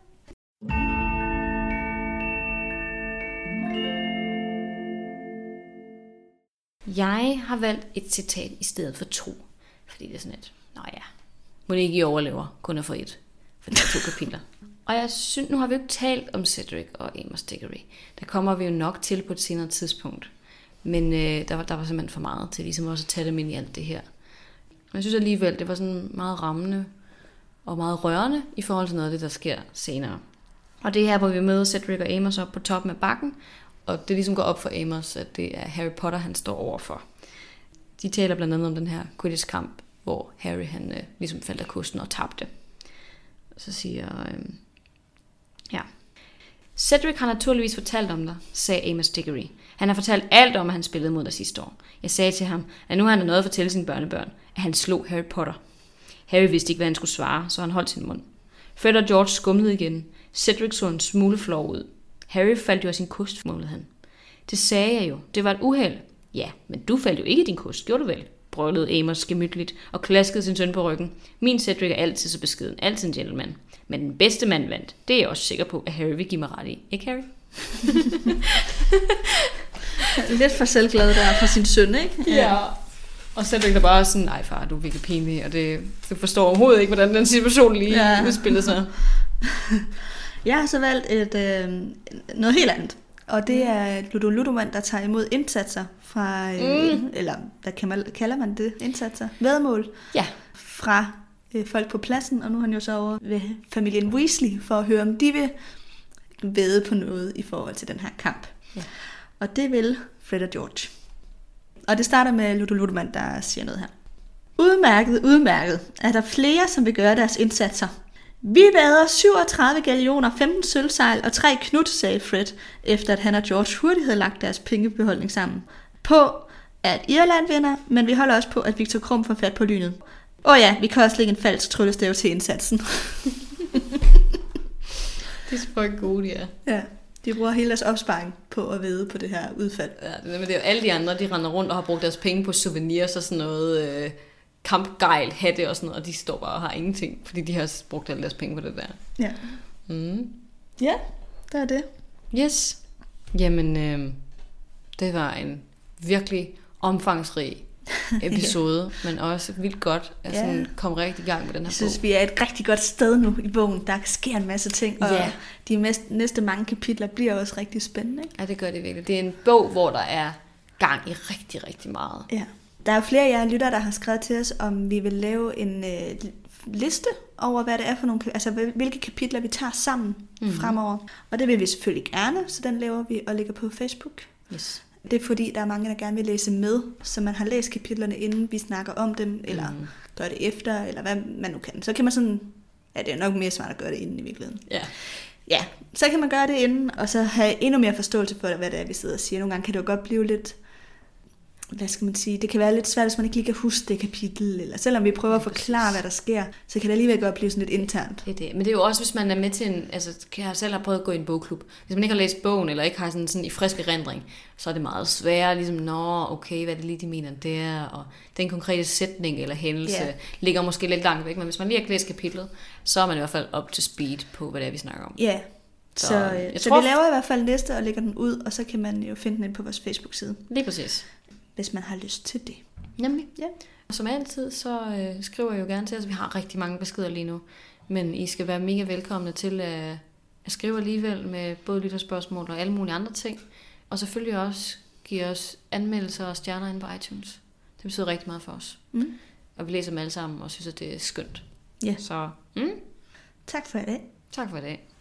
Jeg har valgt et citat i stedet for 2. Fordi det er sådan et, må det ikke I overlever, kun er for 1. For det er 2 kapitler. Og jeg synes, nu har vi jo ikke talt om Cedric og Amos Diggory. Der kommer vi jo nok til på et senere tidspunkt. Men der var simpelthen for meget til ligesom også at tage dem ind i alt det her. Men jeg synes alligevel, det var sådan meget rammende og meget rørende i forhold til noget af det, der sker senere. Og det er her, hvor vi møder Cedric og Amos op på toppen af bakken, og det ligesom går op for Amos, at det er Harry Potter, han står overfor. De taler blandt andet om den her Quidditch-kamp, hvor Harry han ligesom faldt af kosten og tabte. Så siger Cedric har naturligvis fortalt om dig, sagde Amos Diggory. Han har fortalt alt om, at han spillede mod dig sidste år. Jeg sagde til ham, at nu har han noget at fortælle sine børnebørn, at han slog Harry Potter. Harry vidste ikke, hvad han skulle svare, så han holdt sin mund. Fred og George skumlede igen. Cedric så en smule flov ud. Harry faldt jo af sin kost, mumlede han. Det sagde jeg jo. Det var et uheld. Ja, men du faldt jo ikke i din kost, gjorde du vel? Brølede Amos gemytligt og klaskede sin søn på ryggen. Min Cedric er altid så beskeden, altid en gentleman. Men den bedste mand vandt. Det er jeg også sikker på, at Harry vil give mig ret i. Ikke Harry? Lidt for selvglad der for sin søn, ikke? Ja. Og Cedric der bare sådan, nej far, du er virkelig pinlig, og du forstår overhovedet ikke, hvordan den situation lige udspillede sig. Jeg har så valgt noget helt andet. Og det er Ludo Ludoman, der tager imod indsatser fra, eller hvad kalder man det? Indsatser? Væddemål? Ja. Fra folk på pladsen, og nu er han jo så over ved familien Weasley, for at høre, om de vil vædde på noget i forhold til den her kamp. Ja. Og det vil Fred og George. Og det starter med Ludo Ludoman, der siger noget her. Udmærket. Er der flere, som vil gøre deres indsatser? Vi vædder 37 galioner, 15 sølvsejl og 3 knut, sagde Fred, efter at han og George hurtigt havde lagt deres pengebeholdning sammen. På, at Irland vinder, men vi holder også på, at Victor Krum får fat på lynet. Ja, vi kan også lægge en falsk tryllestav til indsatsen. Det er så gode, de er. Ja, de bruger hele deres opsparing på at vædde på det her udfald. Ja, det er jo alle de andre, de render rundt og har brugt deres penge på souvenirs og sådan noget kampgejl, hatte og sådan noget, og de står bare og har ingenting, fordi de har brugt alle deres penge på det der. Ja. Ja, der er det. Yes. Jamen, det var en virkelig omfangsrig episode, men også vildt godt at sådan komme rigtig i gang med den her bog. Jeg synes, vi er et rigtig godt sted nu i bogen. Der sker en masse ting, og de næste mange kapitler bliver også rigtig spændende. Ikke? Ja, det gør det virkelig. Det er en bog, hvor der er gang i rigtig, rigtig meget. Ja. Der er jo flere af jer lyttere, der har skrevet til os, om vi vil lave en liste over, hvad det er for nogle, altså hvilke kapitler vi tager sammen fremover. Og det vil vi selvfølgelig gerne, så den laver vi og lægger på Facebook. Yes. Det er fordi, der er mange, der gerne vil læse med, så man har læst kapitlerne, inden vi snakker om dem, eller gør det efter, eller hvad man nu kan. Så kan man sådan, ja, det er nok mere smart at gøre det inden i virkeligheden. Ja. Ja, så kan man gøre det inden, og så have endnu mere forståelse for, hvad det er, vi sidder og siger. Nogle gange kan det jo godt blive lidt, hvad skal man sige, det kan være lidt svært, hvis man ikke lige kan huske det kapitel, eller selvom vi prøver at forklare, hvad der sker, så kan det alligevel godt blive sådan lidt internt. Det er det. Men det er jo også, hvis man er med til en, altså kan jeg selv have prøvet at gå i en bogklub. Hvis man ikke har læst bogen, eller ikke har sådan i frisk erindring, så er det meget sværere, ligesom, okay, hvad er det lige, de mener der, og den konkrete sætning eller hændelse ligger måske lidt langt væk, men hvis man lige har læst kapitlet, så er man i hvert fald up to speed på, hvad det er, vi snakker om. Ja, så vi laver i hvert fald en liste og lægger den ud, og så kan man jo finde den ind på vores Facebook-side. Lige præcis. Hvis man har lyst til det. Nemlig. Ja. Og som altid, så skriver jeg jo gerne til os. Vi har rigtig mange beskeder lige nu. Men I skal være mega velkomne til at skrive alligevel med både lytterspørgsmål og alle mulige andre ting. Og selvfølgelig også give os anmeldelser og stjerner inde på iTunes. Det betyder rigtig meget for os. Og vi læser dem alle sammen og synes, at det er skønt. Ja. Så tak for i dag. Tak for i dag.